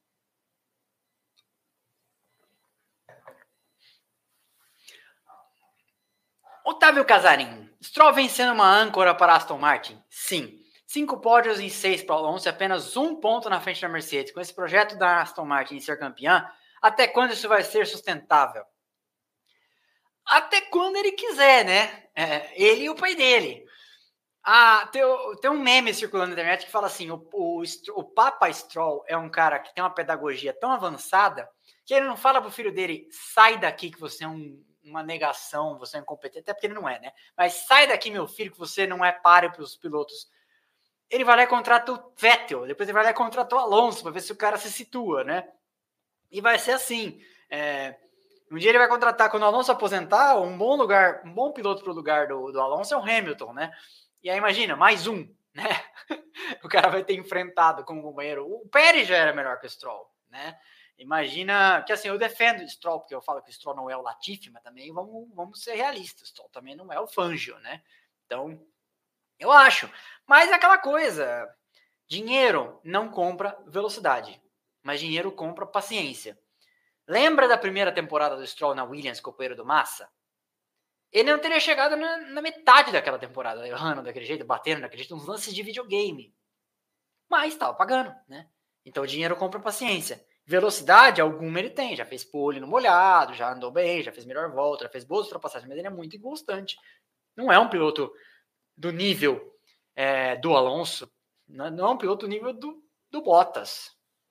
Otávio Casarim. Stroll vencendo uma âncora para Aston Martin? Sim. Cinco pódios em seis para o Alonso e apenas um ponto na frente da Mercedes. Com esse projeto da Aston Martin em ser campeã, até quando isso vai ser sustentável? até quando ele quiser, né? É, ele e o pai dele. Ah, tem, tem um meme circulando na internet que fala assim: o, o, o Papa Stroll é um cara que tem uma pedagogia tão avançada que ele não fala pro filho dele, sai daqui que você é um, uma negação, você é incompetente, até porque ele não é, né? Mas sai daqui, meu filho, que você não é páreo para os pilotos. Ele vai lá e contrata o Vettel, depois ele vai lá e contrata o Alonso para ver se o cara se situa, né? E vai ser assim. É, um dia ele vai contratar, quando o Alonso aposentar, um bom lugar, um bom piloto para o lugar do, do Alonso é o Hamilton, né? E aí imagina, mais um, né? O cara vai ter enfrentado com o companheiro. O Pérez já era melhor que o Stroll, né? Imagina que assim, eu defendo o Stroll, porque eu falo que o Stroll não é o Latifi, mas também vamos, vamos ser realistas. O Stroll também não é o Fangio, né? Então, eu acho. Mas é aquela coisa: dinheiro não compra velocidade, mas dinheiro compra paciência. Lembra da primeira temporada do Stroll na Williams, companheiro do Massa? Ele não teria chegado na, na metade daquela temporada, errando daquele jeito, batendo daquele jeito, uns lances de videogame. Mas estava pagando, né? Então o dinheiro compra paciência. Velocidade, alguma ele tem. Já fez pole no molhado, já andou bem, já fez melhor volta, já fez boas ultrapassagens, mas ele é muito inconstante. Não é um piloto do nível é, do Alonso, não é um piloto do nível do, do Bottas.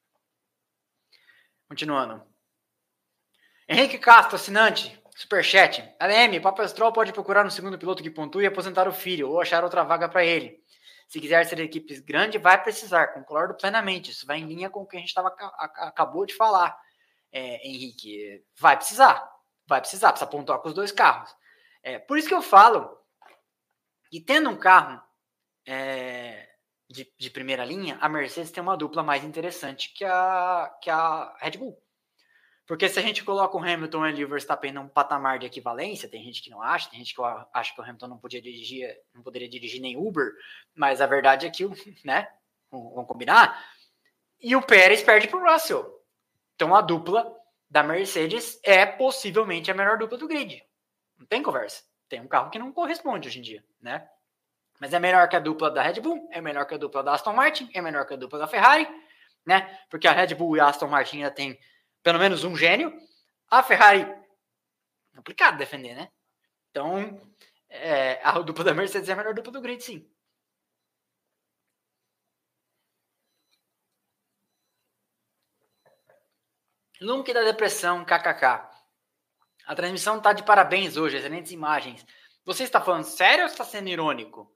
Continuando. Henrique Castro, assinante, superchat. A D M, Papa Stroll pode procurar um segundo piloto que pontue e aposentar o filho, ou achar outra vaga para ele. Se quiser ser equipes grande, vai precisar, concordo plenamente. Isso vai em linha com o que a gente tava, a, acabou de falar, é, Henrique. Vai precisar, vai precisar, precisa pontuar com os dois carros. É, por isso que eu falo que tendo um carro é, de, de primeira linha, a Mercedes tem uma dupla mais interessante que a, que a Red Bull. Porque se a gente coloca o Hamilton e o Verstappen num patamar de equivalência, tem gente que não acha, tem gente que acha que o Hamilton não podia dirigir, não poderia dirigir nem Uber, mas a verdade é que, né, vamos combinar, e o Pérez perde para o Russell. Então a dupla da Mercedes é possivelmente a melhor dupla do grid. Não tem conversa. Tem um carro que não corresponde hoje em dia, né? Mas é melhor que a dupla da Red Bull, é melhor que a dupla da Aston Martin, é melhor que a dupla da Ferrari, né? Porque a Red Bull e a Aston Martin ainda tem pelo menos um gênio. A Ferrari, complicado defender, né? Então, é, a dupla da Mercedes é a melhor dupla do grid, sim. Lunk da depressão, kkk. A transmissão tá de parabéns hoje, excelentes imagens. Você está falando sério ou está sendo irônico?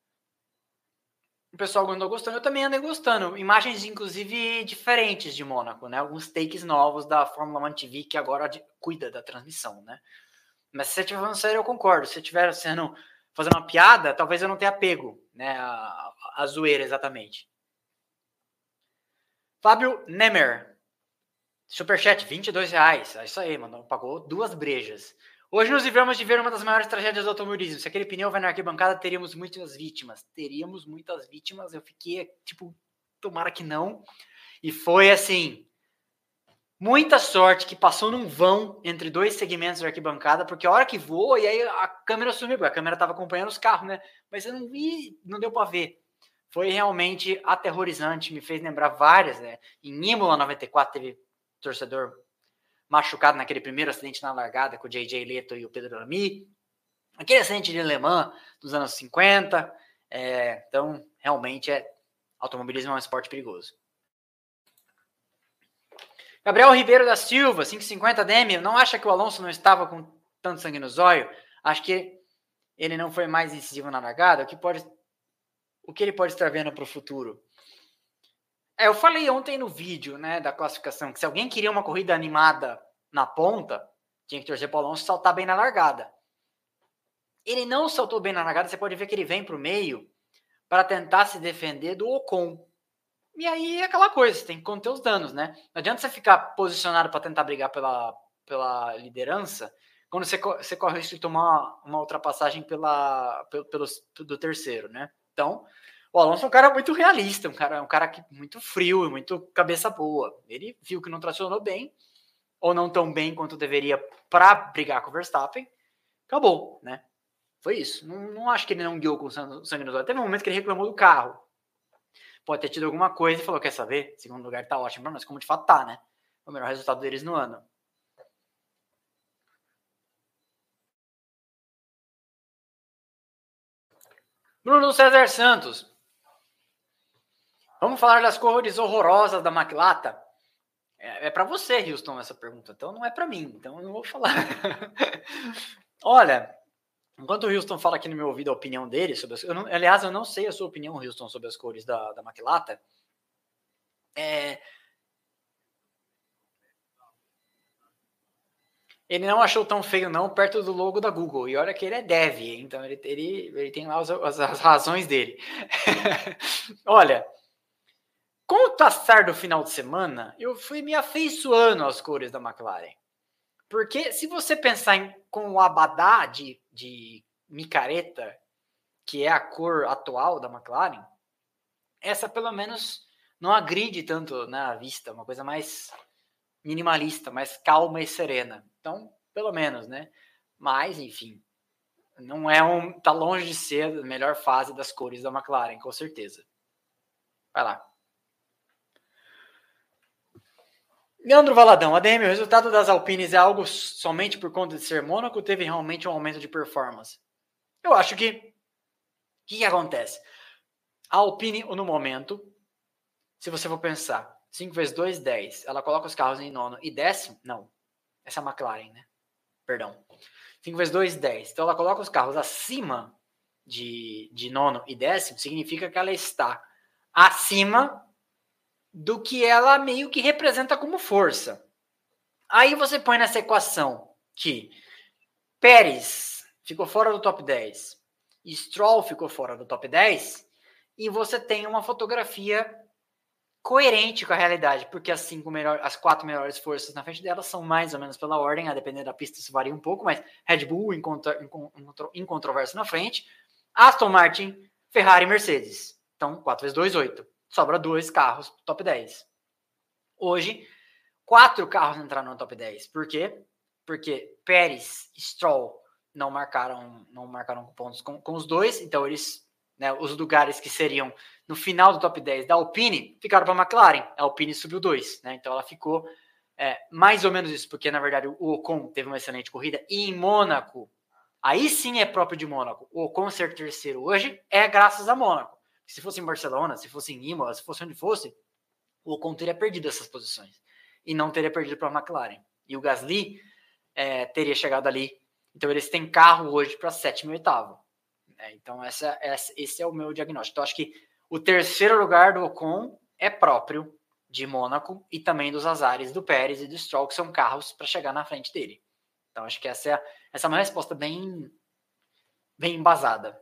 O pessoal andou gostando, eu também andei gostando. Imagens, inclusive, diferentes de Mônaco, né? Alguns takes novos da Fórmula um T V que agora cuida da transmissão, né? Mas se você estiver falando sério, eu concordo. Se você estiver sendo, fazendo uma piada, talvez eu não tenha pego, né? A, a, a zoeira, exatamente. Fábio Nemer. Superchat, vinte e dois reais. É isso aí, mano. Pagou duas brejas. Hoje nos livramos de ver uma das maiores tragédias do automobilismo. Se aquele pneu vai na arquibancada, teríamos muitas vítimas. Teríamos muitas vítimas. Eu fiquei, tipo, tomara que não. E foi assim, muita sorte que passou num vão entre dois segmentos da arquibancada, porque a hora que voou, e aí a câmera sumiu, a câmera estava acompanhando os carros, né? Mas eu não vi, não deu para ver. Foi realmente aterrorizante, me fez lembrar várias, né? Em Imola noventa e quatro teve torcedor machucado naquele primeiro acidente na largada com o J J Leto e o Pedro Lamy. Aquele acidente de Le Mans dos anos cinquenta. É, então, realmente, é, automobilismo é um esporte perigoso. Gabriel Ribeiro da Silva, cinco e cinquenta D M. Não acha que o Alonso não estava com tanto sangue no zóio? Acho que ele não foi mais incisivo na largada. O que, pode, o que ele pode estar vendo para o futuro? É, eu falei ontem no vídeo, né, da classificação, que se alguém queria uma corrida animada na ponta, tinha que torcer para o Alonso saltar bem na largada. Ele não saltou bem na largada, você pode ver que ele vem para o meio para tentar se defender do Ocon. E aí é aquela coisa, você tem que conter os danos, né? Não adianta você ficar posicionado para tentar brigar pela, pela liderança quando você, você corre o risco de tomar uma ultrapassagem pela, pelo, pelo, do terceiro, né? Então, o Alonso é um cara muito realista, um cara, um cara que, muito frio, muito cabeça boa. Ele viu que não tracionou bem, ou não tão bem quanto deveria para brigar com o Verstappen. Acabou, né? Foi isso. Não, não acho que ele não guiou com sangue nos olhos. Teve um momento que ele reclamou do carro. Pode ter tido alguma coisa e falou, quer saber? Segundo lugar tá ótimo pra nós, como de fato tá, né? O melhor resultado deles no ano. Bruno César Santos. Vamos falar das cores horrorosas da McLaren? É, é para você, Houston, essa pergunta. Então não é para mim. Então eu não vou falar. Olha, enquanto o Houston fala aqui no meu ouvido a opinião dele sobre as... eu não, aliás, eu não sei a sua opinião, Houston, sobre as cores da, da McLaren. É... Ele não achou tão feio, não, perto do logo da Google. E olha que ele é dev, então ele, ele, ele tem lá as, as, as razões dele. Olha, com o passar do final de semana, eu fui me afeiçoando às cores da McLaren. Porque se você pensar em, com o abadá de, de micareta, que é a cor atual da McLaren, essa pelo menos não agride tanto na vista, uma coisa mais minimalista, mais calma e serena. Então, pelo menos, né? Mas, enfim, não é um, tá longe de ser a melhor fase das cores da McLaren, com certeza. Vai lá. Leandro Valadão, A D M, o resultado das Alpines é algo somente por conta de ser Mônaco ou teve realmente um aumento de performance? Eu acho que, o que, que acontece? A Alpine, no momento, se você for pensar, cinco vezes dois, dez, ela coloca os carros em nono e décimo, não, essa é a McLaren, né? Perdão. cinco vezes dois, dez. Então ela coloca os carros acima de, de nono e décimo, significa que ela está acima do que ela meio que representa como força. Aí você põe nessa equação que Pérez ficou fora do top dez, Stroll ficou fora do top dez, e você tem uma fotografia coerente com a realidade, porque as, cinco melhor, as quatro melhores forças na frente dela são mais ou menos pela ordem, a depender da pista isso varia um pouco, mas Red Bull incontroverso na frente, Aston Martin, Ferrari e Mercedes. Então, quatro vezes dois, oito. Sobra dois carros top dez. Hoje, quatro carros entraram no top dez. Por quê? Porque Pérez e Stroll não marcaram, não marcaram pontos com, com os dois, então eles, né, os lugares que seriam no final do top dez da Alpine ficaram para a McLaren. A Alpine subiu dois, né? Então ela ficou é, mais ou menos isso, porque na verdade o Ocon teve uma excelente corrida e em Mônaco, aí sim é próprio de Mônaco. O Ocon ser terceiro hoje é graças a Mônaco. Se fosse em Barcelona, se fosse em Imola, se fosse onde fosse, o Ocon teria perdido essas posições e não teria perdido para a McLaren. E o Gasly é, teria chegado ali. Então eles têm carro hoje para sétimo e oitavo. É, então essa, essa, esse é o meu diagnóstico. Então acho que o terceiro lugar do Ocon é próprio de Mônaco e também dos azares do Pérez e do Stroll, que são carros para chegar na frente dele. Então acho que essa é, essa é uma resposta bem, bem embasada.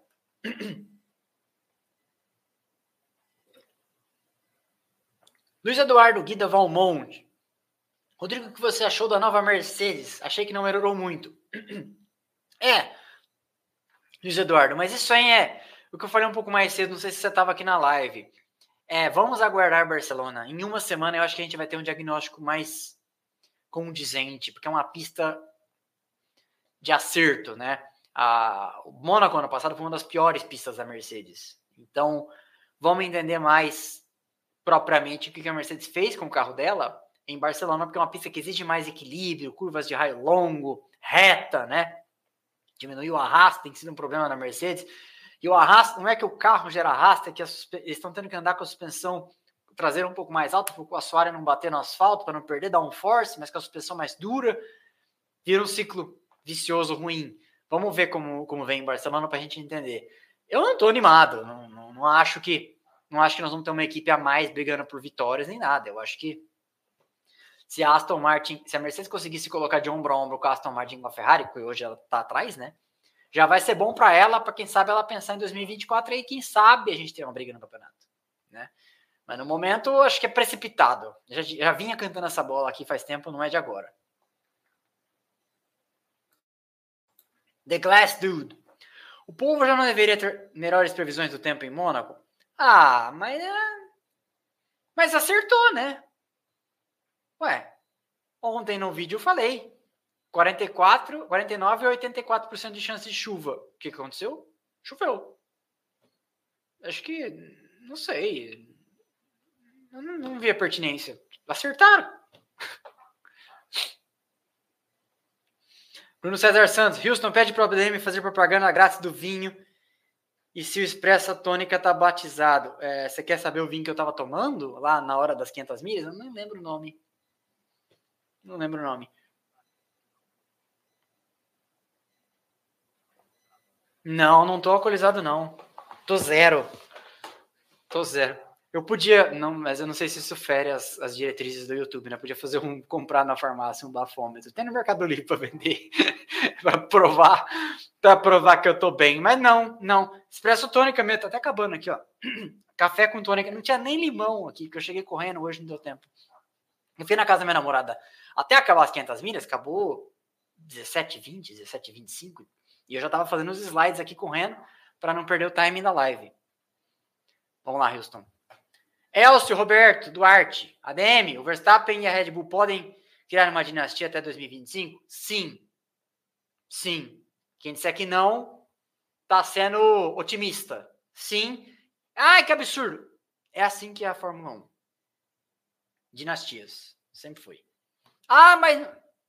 Luiz Eduardo Guida Valmont. Rodrigo, o que você achou da nova Mercedes? Achei que não melhorou muito. É, Luiz Eduardo, mas isso aí é o que eu falei um pouco mais cedo, não sei se você estava aqui na live. É, vamos aguardar Barcelona. Em uma semana eu acho que a gente vai ter um diagnóstico mais condizente, porque é uma pista de acerto, né? A, o Mônaco ano passado foi uma das piores pistas da Mercedes. Então, vamos entender mais propriamente o que a Mercedes fez com o carro dela em Barcelona, porque é uma pista que exige mais equilíbrio, curvas de raio longo, reta, né? Diminuir o arrasto, tem sido um problema na Mercedes. E o arrasto, não é que o carro gera arrasto, é que eles estão tendo que andar com a suspensão traseira um pouco mais alta, para o assoalho não bater no asfalto, para não perder downforce, mas com a suspensão mais dura, vira um ciclo vicioso ruim. Vamos ver como, como vem em Barcelona para a gente entender. Eu não estou animado, não, não, não acho que não acho que nós vamos ter uma equipe a mais brigando por vitórias nem nada. Eu acho que se a Aston Martin, se a Mercedes conseguisse colocar de ombro a ombro com a Aston Martin com a Ferrari, que hoje ela está atrás, né? Já vai ser bom para ela, para quem sabe ela pensar em dois mil e vinte e quatro aí, quem sabe a gente ter uma briga no campeonato, né? Mas no momento, acho que é precipitado. Já, já vinha cantando essa bola aqui faz tempo, não é de agora. The Glass Dude. O povo já não deveria ter melhores previsões do tempo em Mônaco? Ah, mas... Mas acertou, né? Ué, ontem no vídeo eu falei. quarenta e quatro, quarenta e nove e oitenta e quatro por cento de chance de chuva. O que aconteceu? Choveu. Acho que... Não sei. Eu não, não vi a pertinência. Acertaram. Bruno César Santos. Houston pede para o A D M fazer propaganda grátis do vinho E se o Expressa Tônica tá batizado, é, você quer saber o vinho que eu tava tomando lá na hora das quinhentas milhas? Eu não lembro o nome. Não lembro o nome. Não, não tô alcoolizado, não. Tô zero. Tô zero. Eu podia, não, mas eu não sei se isso fere as, as diretrizes do YouTube, né? Podia fazer um, comprar na farmácia um bafômetro. Tem no Mercado Livre para vender, para provar, para provar que eu tô bem. Mas não, não. Expresso tônica mesmo, tá até acabando aqui, ó. Café com tônica, não tinha nem limão aqui, que eu cheguei correndo hoje, não deu tempo. Eu fui na casa da minha namorada até acabar as quinhentas milhas, acabou dezessete e vinte, dezessete e vinte e cinco, e eu já tava fazendo os slides aqui correndo para não perder o timing da live. Vamos lá, Houston. Elcio, Roberto, Duarte, A D M, o Verstappen e a Red Bull podem criar uma dinastia até dois mil e vinte e cinco? Sim. Sim. Quem disser que não, tá sendo otimista. Sim. Ai, que absurdo. É assim que é a Fórmula um. Dinastias. Sempre foi. Ah, mas...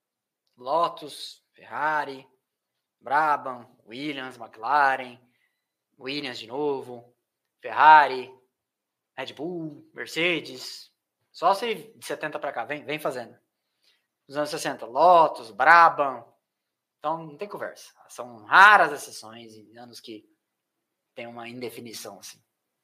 Lotus, Ferrari, Brabham, Williams, McLaren, Williams de novo, Ferrari, Red Bull, Mercedes, só se de setenta para cá, vem, vem fazendo. Nos anos sessenta, Lotus, Brabham, então não tem conversa. São raras exceções em anos que tem uma indefinição assim.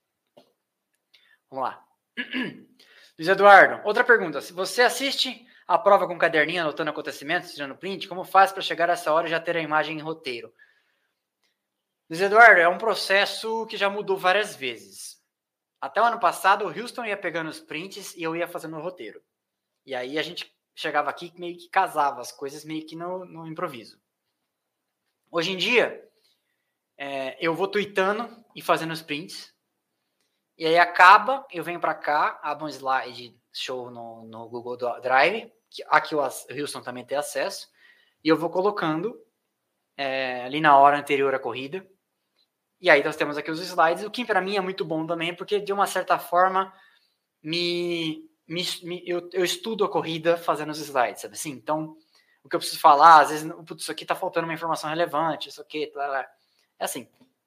Vamos lá. Luiz Eduardo, outra pergunta. Se você assiste a prova com caderninho, anotando acontecimentos, tirando print, como faz para chegar a essa hora e já ter a imagem em roteiro? Luiz Eduardo, é um processo que já mudou várias vezes. Até o ano passado, o Houston ia pegando os prints e eu ia fazendo o roteiro. E aí a gente chegava aqui meio que casava as coisas meio que no, no improviso. Hoje em dia, é, eu vou tweetando e fazendo os prints. E aí acaba, eu venho para cá, abro um slide show no, no Google Drive, que aqui o Houston também tem acesso, e eu vou colocando é, ali na hora anterior à corrida. E aí nós temos aqui os slides, o que para mim é muito bom também, porque de uma certa forma me, me, me eu, eu estudo a corrida fazendo os slides, sabe assim? Então, o que eu preciso falar, às vezes, putz, isso aqui tá faltando uma informação relevante, isso aqui, blá, blá. É assim.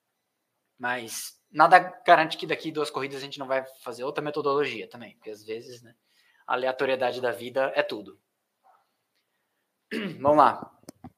Mas nada garante que daqui duas corridas a gente não vai fazer outra metodologia também, porque às vezes, né, a aleatoriedade da vida é tudo. Vamos lá.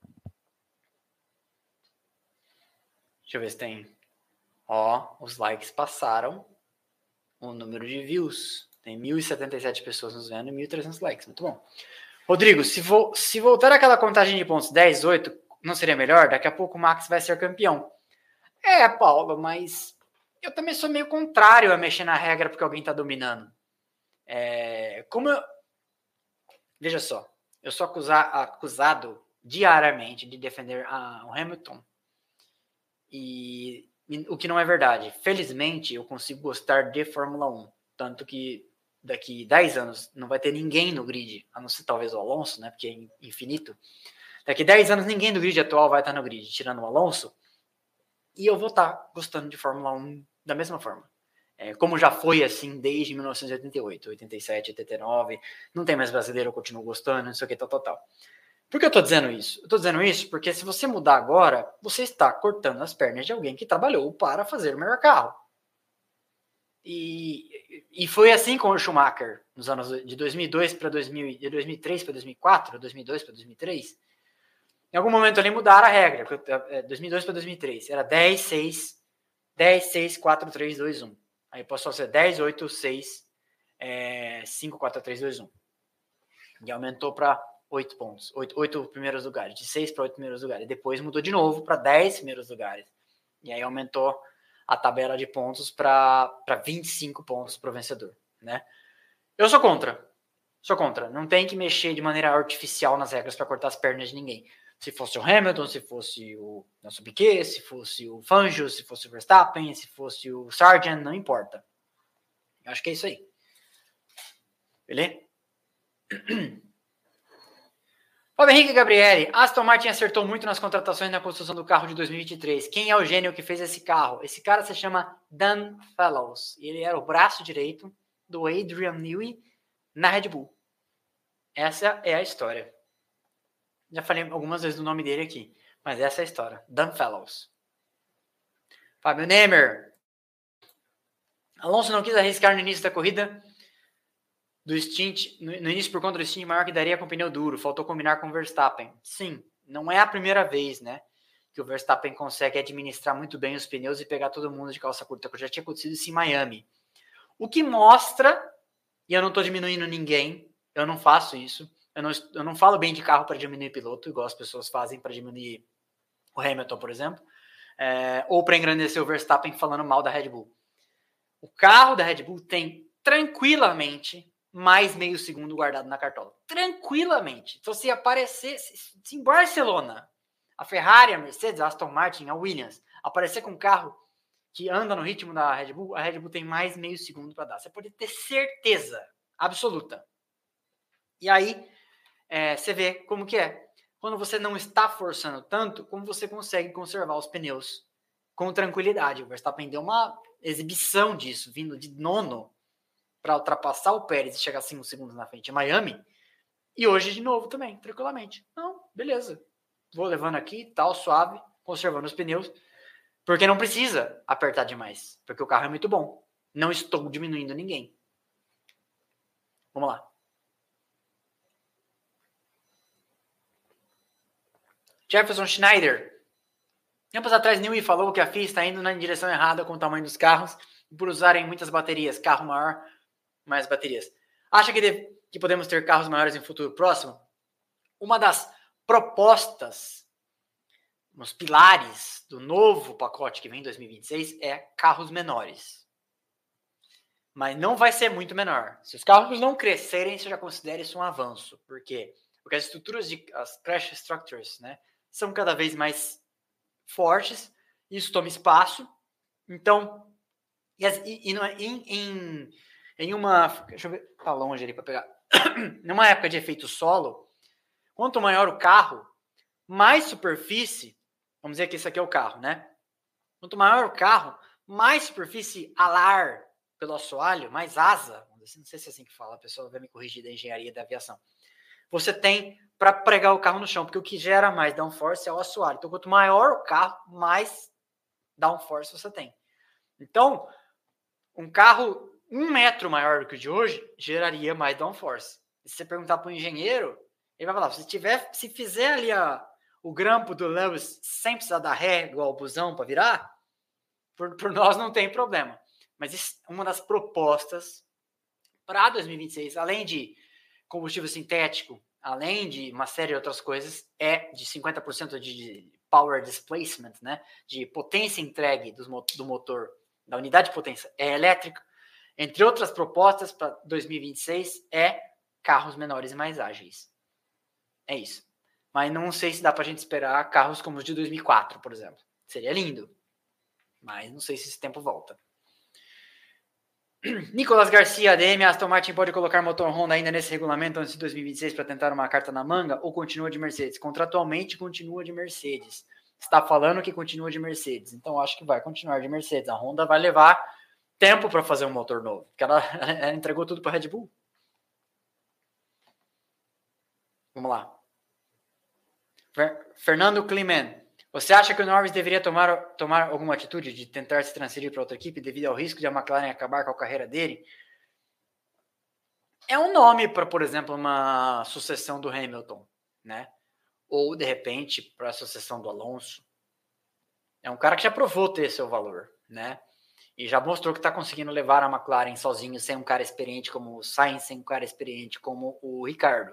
Deixa eu ver se tem... Ó, os likes passaram o número de views. Tem mil e setenta e sete pessoas nos vendo e mil e trezentos likes. Muito bom. Rodrigo, se, vo, se voltar aquela contagem de pontos dez, oito, não seria melhor? Daqui a pouco o Max vai ser campeão. É, Paulo, mas eu também sou meio contrário a mexer na regra porque alguém está dominando. É, como eu... Veja só, eu sou acusar, acusado diariamente de defender a, o Hamilton. E... O que não é verdade. Felizmente, eu consigo gostar de Fórmula um. Tanto que daqui dez anos não vai ter ninguém no grid, a não ser talvez o Alonso, né? Porque é infinito. Daqui dez anos ninguém do grid atual vai estar no grid, tirando o Alonso. E eu vou estar gostando de Fórmula um da mesma forma. É, como já foi assim desde mil novecentos e oitenta e oito, oitenta e sete, oitenta e nove. Não tem mais brasileiro, eu continuo gostando, não sei o que, tal, tal, tal. Por que eu estou dizendo isso? Eu estou dizendo isso porque se você mudar agora, você está cortando as pernas de alguém que trabalhou para fazer o melhor carro. E, e foi assim com o Schumacher, nos anos de dois mil e dois para dois mil, de dois mil e três para dois mil e quatro, dois mil e dois para dois mil e três. Em algum momento ali mudaram a regra, dois mil e dois para dois mil e três, era dez, seis, dez, seis, quatro, três, dois, um. Aí passou a ser dez, oito, seis, é, cinco, quatro, três, dois, um. E aumentou para oito pontos, oito primeiros lugares, de seis para oito primeiros lugares. Depois mudou de novo para dez primeiros lugares. E aí aumentou a tabela de pontos para vinte e cinco pontos para o vencedor, né? Eu sou contra. Sou contra. Não tem que mexer de maneira artificial nas regras para cortar as pernas de ninguém. Se fosse o Hamilton, se fosse o nosso Piquet, se fosse o Fangio, se fosse o Verstappen, se fosse o Sargent, não importa. Eu acho que é isso aí. Beleza? Fábio Henrique Gabriele, Aston Martin acertou muito nas contratações na construção do carro de dois mil e vinte e três. Quem é o gênio que fez esse carro? Esse cara se chama Dan Fellows. Ele era o braço direito do Adrian Newey na Red Bull. Essa é a história. Já falei algumas vezes do nome dele aqui, mas essa é a história. Dan Fellows. Fábio Nemer. Alonso não quis arriscar no início da corrida do stint, no, no início por conta do stint maior que daria com pneu duro. Faltou combinar com o Verstappen. Sim, não é a primeira vez, né, que o Verstappen consegue administrar muito bem os pneus e pegar todo mundo de calça curta, que já tinha acontecido isso em Miami. O que mostra, e eu não estou diminuindo ninguém, eu não faço isso, eu não, eu não falo bem de carro para diminuir piloto, igual as pessoas fazem para diminuir o Hamilton, por exemplo, é, ou para engrandecer o Verstappen falando mal da Red Bull. O carro da Red Bull tem tranquilamente mais meio segundo guardado na cartola. Tranquilamente. Então, se aparecer, se, se em Barcelona, a Ferrari, a Mercedes, a Aston Martin, a Williams, aparecer com um carro que anda no ritmo da Red Bull, a Red Bull tem mais meio segundo para dar. Você pode ter certeza absoluta. E aí, é, você vê como que é. Quando você não está forçando tanto, como você consegue conservar os pneus com tranquilidade. O Verstappen deu uma exibição disso, vindo de nono para ultrapassar o Pérez e chegar cinco segundos na frente em Miami. E hoje de novo também, tranquilamente. Não, beleza. Vou levando aqui, tal, suave, conservando os pneus. Porque não precisa apertar demais. Porque o carro é muito bom. Não estou diminuindo ninguém. Vamos lá. Jefferson Schneider. Tempos atrás, Newey falou que a F I A está indo na direção errada com o tamanho dos carros e por usarem muitas baterias. Carro maior, mais baterias. Acha que, deve, que podemos ter carros maiores em futuro próximo? Uma das propostas, nos pilares do novo pacote que vem em dois mil e vinte e seis é carros menores. Mas não vai ser muito menor. Se os carros não crescerem, você já considera isso um avanço. Por quê? Porque as estruturas, de, as crash structures, né, são cada vez mais fortes, isso toma espaço, então, e, e, e em, em, em uma, deixa eu ver, tá longe ali para pegar, numa época de efeito solo, quanto maior o carro, mais superfície, vamos dizer que esse aqui é o carro, né? Quanto maior o carro, mais superfície alar pelo assoalho, mais asa, não sei se é assim que fala, a pessoa vai me corrigir da engenharia da aviação, você tem para pregar o carro no chão, porque o que gera mais downforce é o assoalho. Então, quanto maior o carro, mais downforce você tem. Então, um carro um metro maior do que o de hoje geraria mais downforce. E se você perguntar para o engenheiro, ele vai falar, se tiver, se fizer ali a, o grampo do Lewis sem precisar dar ré, igual o busão para virar, por, por nós não tem problema. Mas isso, uma das propostas para dois mil e vinte e seis, além de combustível sintético, além de uma série de outras coisas, é de cinquenta por cento de power displacement, né? De potência entregue do, do motor, da unidade de potência é elétrica. Entre outras propostas para dois mil e vinte e seis é carros menores e mais ágeis. É isso. Mas não sei se dá para a gente esperar carros como os de dois mil e quatro, por exemplo. Seria lindo. Mas não sei se esse tempo volta. Nicolas Garcia, A D M, Aston Martin pode colocar motor Honda ainda nesse regulamento antes de dois mil e vinte e seis para tentar uma carta na manga ou continua de Mercedes? Contratualmente continua de Mercedes. Está falando que continua de Mercedes. Então acho que vai continuar de Mercedes. A Honda vai levar tempo para fazer um motor novo, porque ela, ela entregou tudo para a Red Bull. Vamos lá. Fer, Fernando Kliman. Você acha que o Norris deveria tomar, tomar alguma atitude de tentar se transferir para outra equipe devido ao risco de a McLaren acabar com a carreira dele? É um nome para, por exemplo, uma sucessão do Hamilton, né? Ou, de repente, para a sucessão do Alonso. É um cara que já provou ter seu valor, né? E já mostrou que está conseguindo levar a McLaren sozinho, sem um cara experiente como o Sainz, sem um cara experiente como o Ricardo.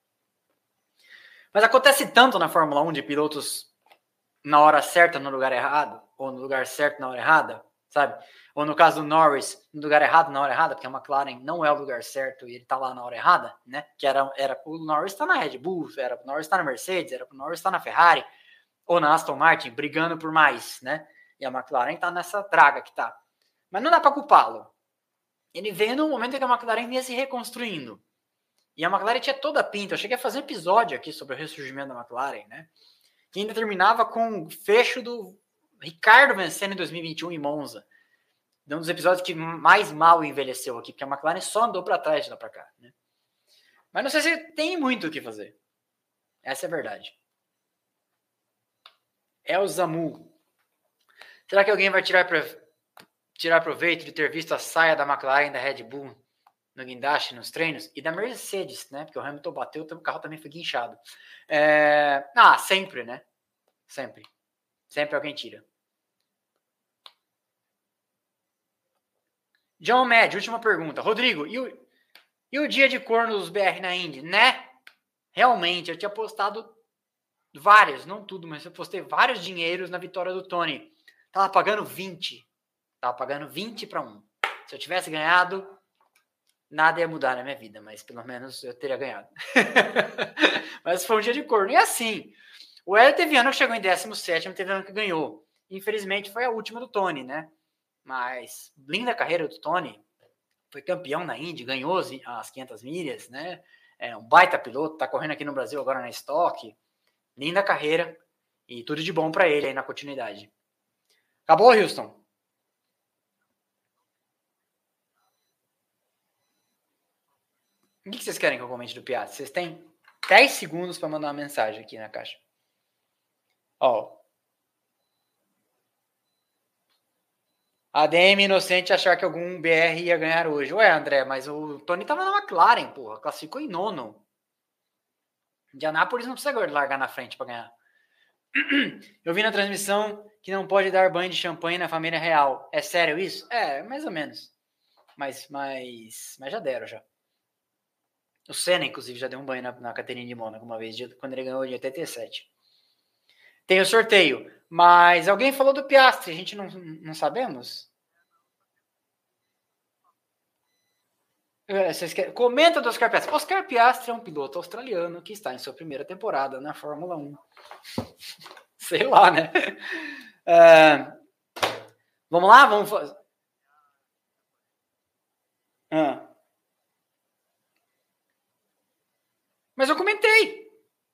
Mas acontece tanto na Fórmula um de pilotos na hora certa no lugar errado, ou no lugar certo na hora errada, sabe? Ou no caso do Norris, no lugar errado na hora errada, porque a McLaren não é o lugar certo e ele tá lá na hora errada, né? Que era, era o Norris tá na Red Bull, era o Norris tá na Mercedes, era o Norris tá na Ferrari, ou na Aston Martin, brigando por mais, né? E a McLaren tá nessa draga que tá. Mas não dá para culpá-lo. Ele veio no momento em que a McLaren ia se reconstruindo. E a McLaren tinha toda a pinta. Eu cheguei a fazer um episódio aqui sobre o ressurgimento da McLaren, né? Que ainda terminava com o fecho do Ricardo vencendo em dois mil e vinte e um em Monza. Um dos episódios que mais mal envelheceu aqui, porque a McLaren só andou para trás de lá para cá, né? Mas não sei se tem muito o que fazer. Essa é a verdade. É o Zamu. Será que alguém vai tirar, pra, tirar proveito de ter visto a saia da McLaren, da Red Bull, no guindaste, nos treinos? E da Mercedes, né? Porque o Hamilton bateu, o carro também foi guinchado. É... Ah, sempre, né? Sempre. Sempre alguém tira. John Med, última pergunta. Rodrigo, e o, e o dia de corno dos B R na Indy, né? Realmente, eu tinha postado vários, não tudo, mas eu postei vários dinheiros na vitória do Tony. Tava pagando vinte. Tava pagando vinte para um. Se eu tivesse ganhado, nada ia mudar na minha vida, mas pelo menos eu teria ganhado. Mas foi um dia de corno. E assim, o Hélio teve ano que chegou em décimo sétimo, teve ano que ganhou. Infelizmente foi a última do Tony, né? Mas linda carreira do Tony. Foi campeão na Indy, ganhou as quinhentas milhas, né? É um baita piloto, tá correndo aqui no Brasil agora na Stock. Linda carreira e tudo de bom para ele aí na continuidade. Acabou, Houston? O que vocês querem que eu comente do Piastri? Vocês têm dez segundos para mandar uma mensagem aqui na caixa. Ó. A D M inocente achar que algum B R ia ganhar hoje. Ué, André, mas o Tony tava na McLaren, porra. Classificou em nono. Indianápolis não precisa largar na frente para ganhar. Eu vi na transmissão que não pode dar banho de champanhe na família real. É sério isso? É, mais ou menos. Mas, mas, mas já deram, já. O Senna, inclusive, já deu um banho na, na Caterina de Mônaco uma vez, quando ele ganhou em oitenta e sete. Tem o sorteio. Mas alguém falou do Piastri, a gente não, não sabemos? Vocês querem... Comenta do Oscar Piastri. Oscar Piastri é um piloto australiano que está em sua primeira temporada na Fórmula um. Sei lá, né? Uh, vamos lá? Vamos fazer. Ah. Mas eu comentei.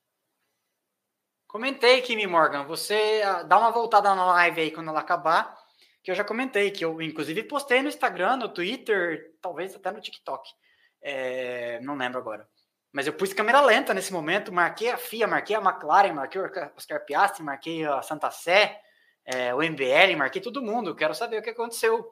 Comentei, Kimi Morgan. Você dá uma voltada na live aí quando ela acabar, que eu já comentei, que eu inclusive postei no Instagram, no Twitter, talvez até no TikTok. É, não lembro agora. Mas eu pus câmera lenta nesse momento, marquei a F I A, marquei a McLaren, marquei o Oscar Piastri, marquei a Santa Sé, é, o M B L, marquei todo mundo. Quero saber o que aconteceu.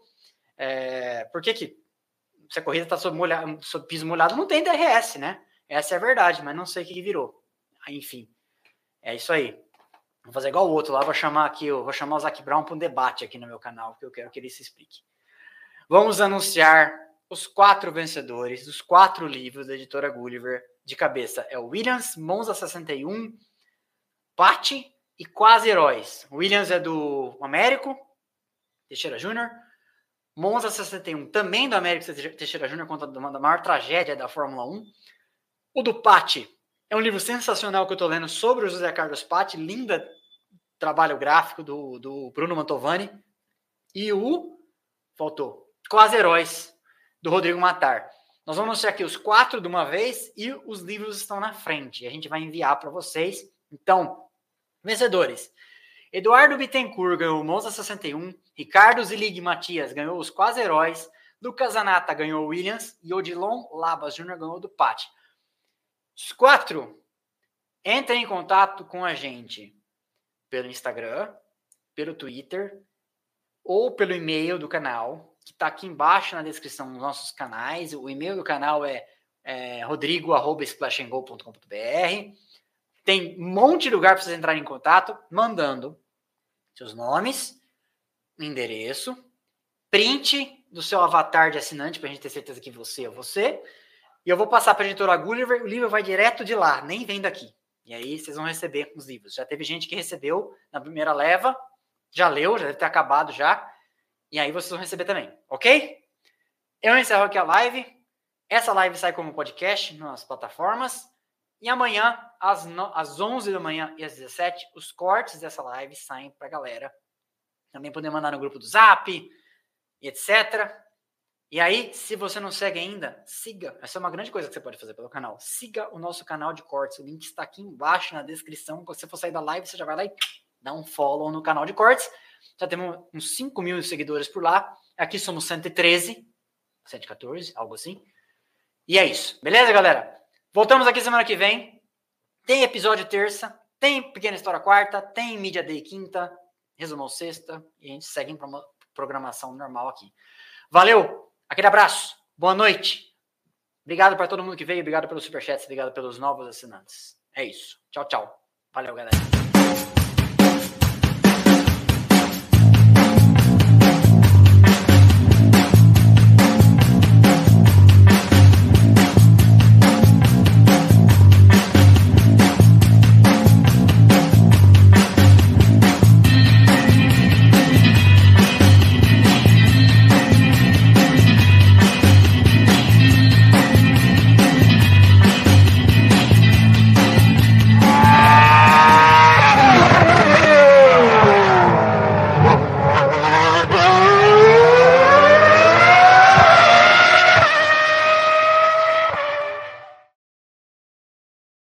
É, por que que se a corrida está sob, sob piso molhado, não tem D R S, né? Essa é a verdade, mas não sei o que, que virou. Enfim, é isso aí. Vou fazer igual o outro lá, vou chamar aqui, eu vou chamar o Zac Brown para um debate aqui no meu canal, porque eu quero que ele se explique. Vamos anunciar os quatro vencedores dos quatro livros da editora Gulliver. De cabeça é o Williams, Monza sessenta e um, Patti e Quase Heróis. O Williams é do Américo Teixeira Júnior. Monza sessenta e um também do Américo Teixeira Júnior, conta da maior tragédia da Fórmula um. O do Patti é um livro sensacional que eu estou lendo sobre o José Carlos Patti, linda trabalho gráfico do, do Bruno Mantovani. E o, faltou, Quase Heróis, do Rodrigo Matar. Nós vamos mostrar aqui os quatro de uma vez e os livros estão na frente. A gente vai enviar para vocês. Então, vencedores. Eduardo Bittencourt ganhou o Monza sessenta e um. Ricardo Zilig Matias ganhou os Quase Heróis. Lucas Zanata ganhou o Williams. E Odilon Labas Júnior ganhou do Patti. Os quatro, entrem em contato com a gente pelo Instagram, pelo Twitter ou pelo e-mail do canal, que está aqui embaixo na descrição dos nossos canais. O e-mail do canal é, é rodrigo arroba splash and go ponto com ponto b r. Tem um monte de lugar para vocês entrarem em contato, mandando seus nomes, endereço, print do seu avatar de assinante, para a gente ter certeza que você é você. E eu vou passar para a editora Gulliver, o livro vai direto de lá, nem vem daqui. E aí vocês vão receber os livros. Já teve gente que recebeu na primeira leva, já leu, já deve ter acabado já. E aí vocês vão receber também, ok? Eu encerro aqui a live. Essa live sai como podcast nas plataformas. E amanhã, às, no... às onze da manhã e às dezessete, os cortes dessa live saem para a galera. Também poder mandar no grupo do Zap, e etcétera. E aí, se você não segue ainda, siga. Essa é uma grande coisa que você pode fazer pelo canal. Siga o nosso canal de cortes. O link está aqui embaixo na descrição. Quando você for sair da live, você já vai lá e dá um follow no canal de cortes. Já temos uns cinco mil seguidores por lá. Aqui somos cento e treze, cento e quatorze, algo assim. E é isso. Beleza, galera? Voltamos aqui semana que vem. Tem episódio terça. Tem Pequena História quarta. Tem Media Day quinta. Resumão sexta, e a gente segue em programação normal aqui. Valeu, aquele abraço, boa noite. Obrigado para todo mundo que veio, obrigado pelos superchats, obrigado pelos novos assinantes. É isso, tchau, tchau. Valeu, galera.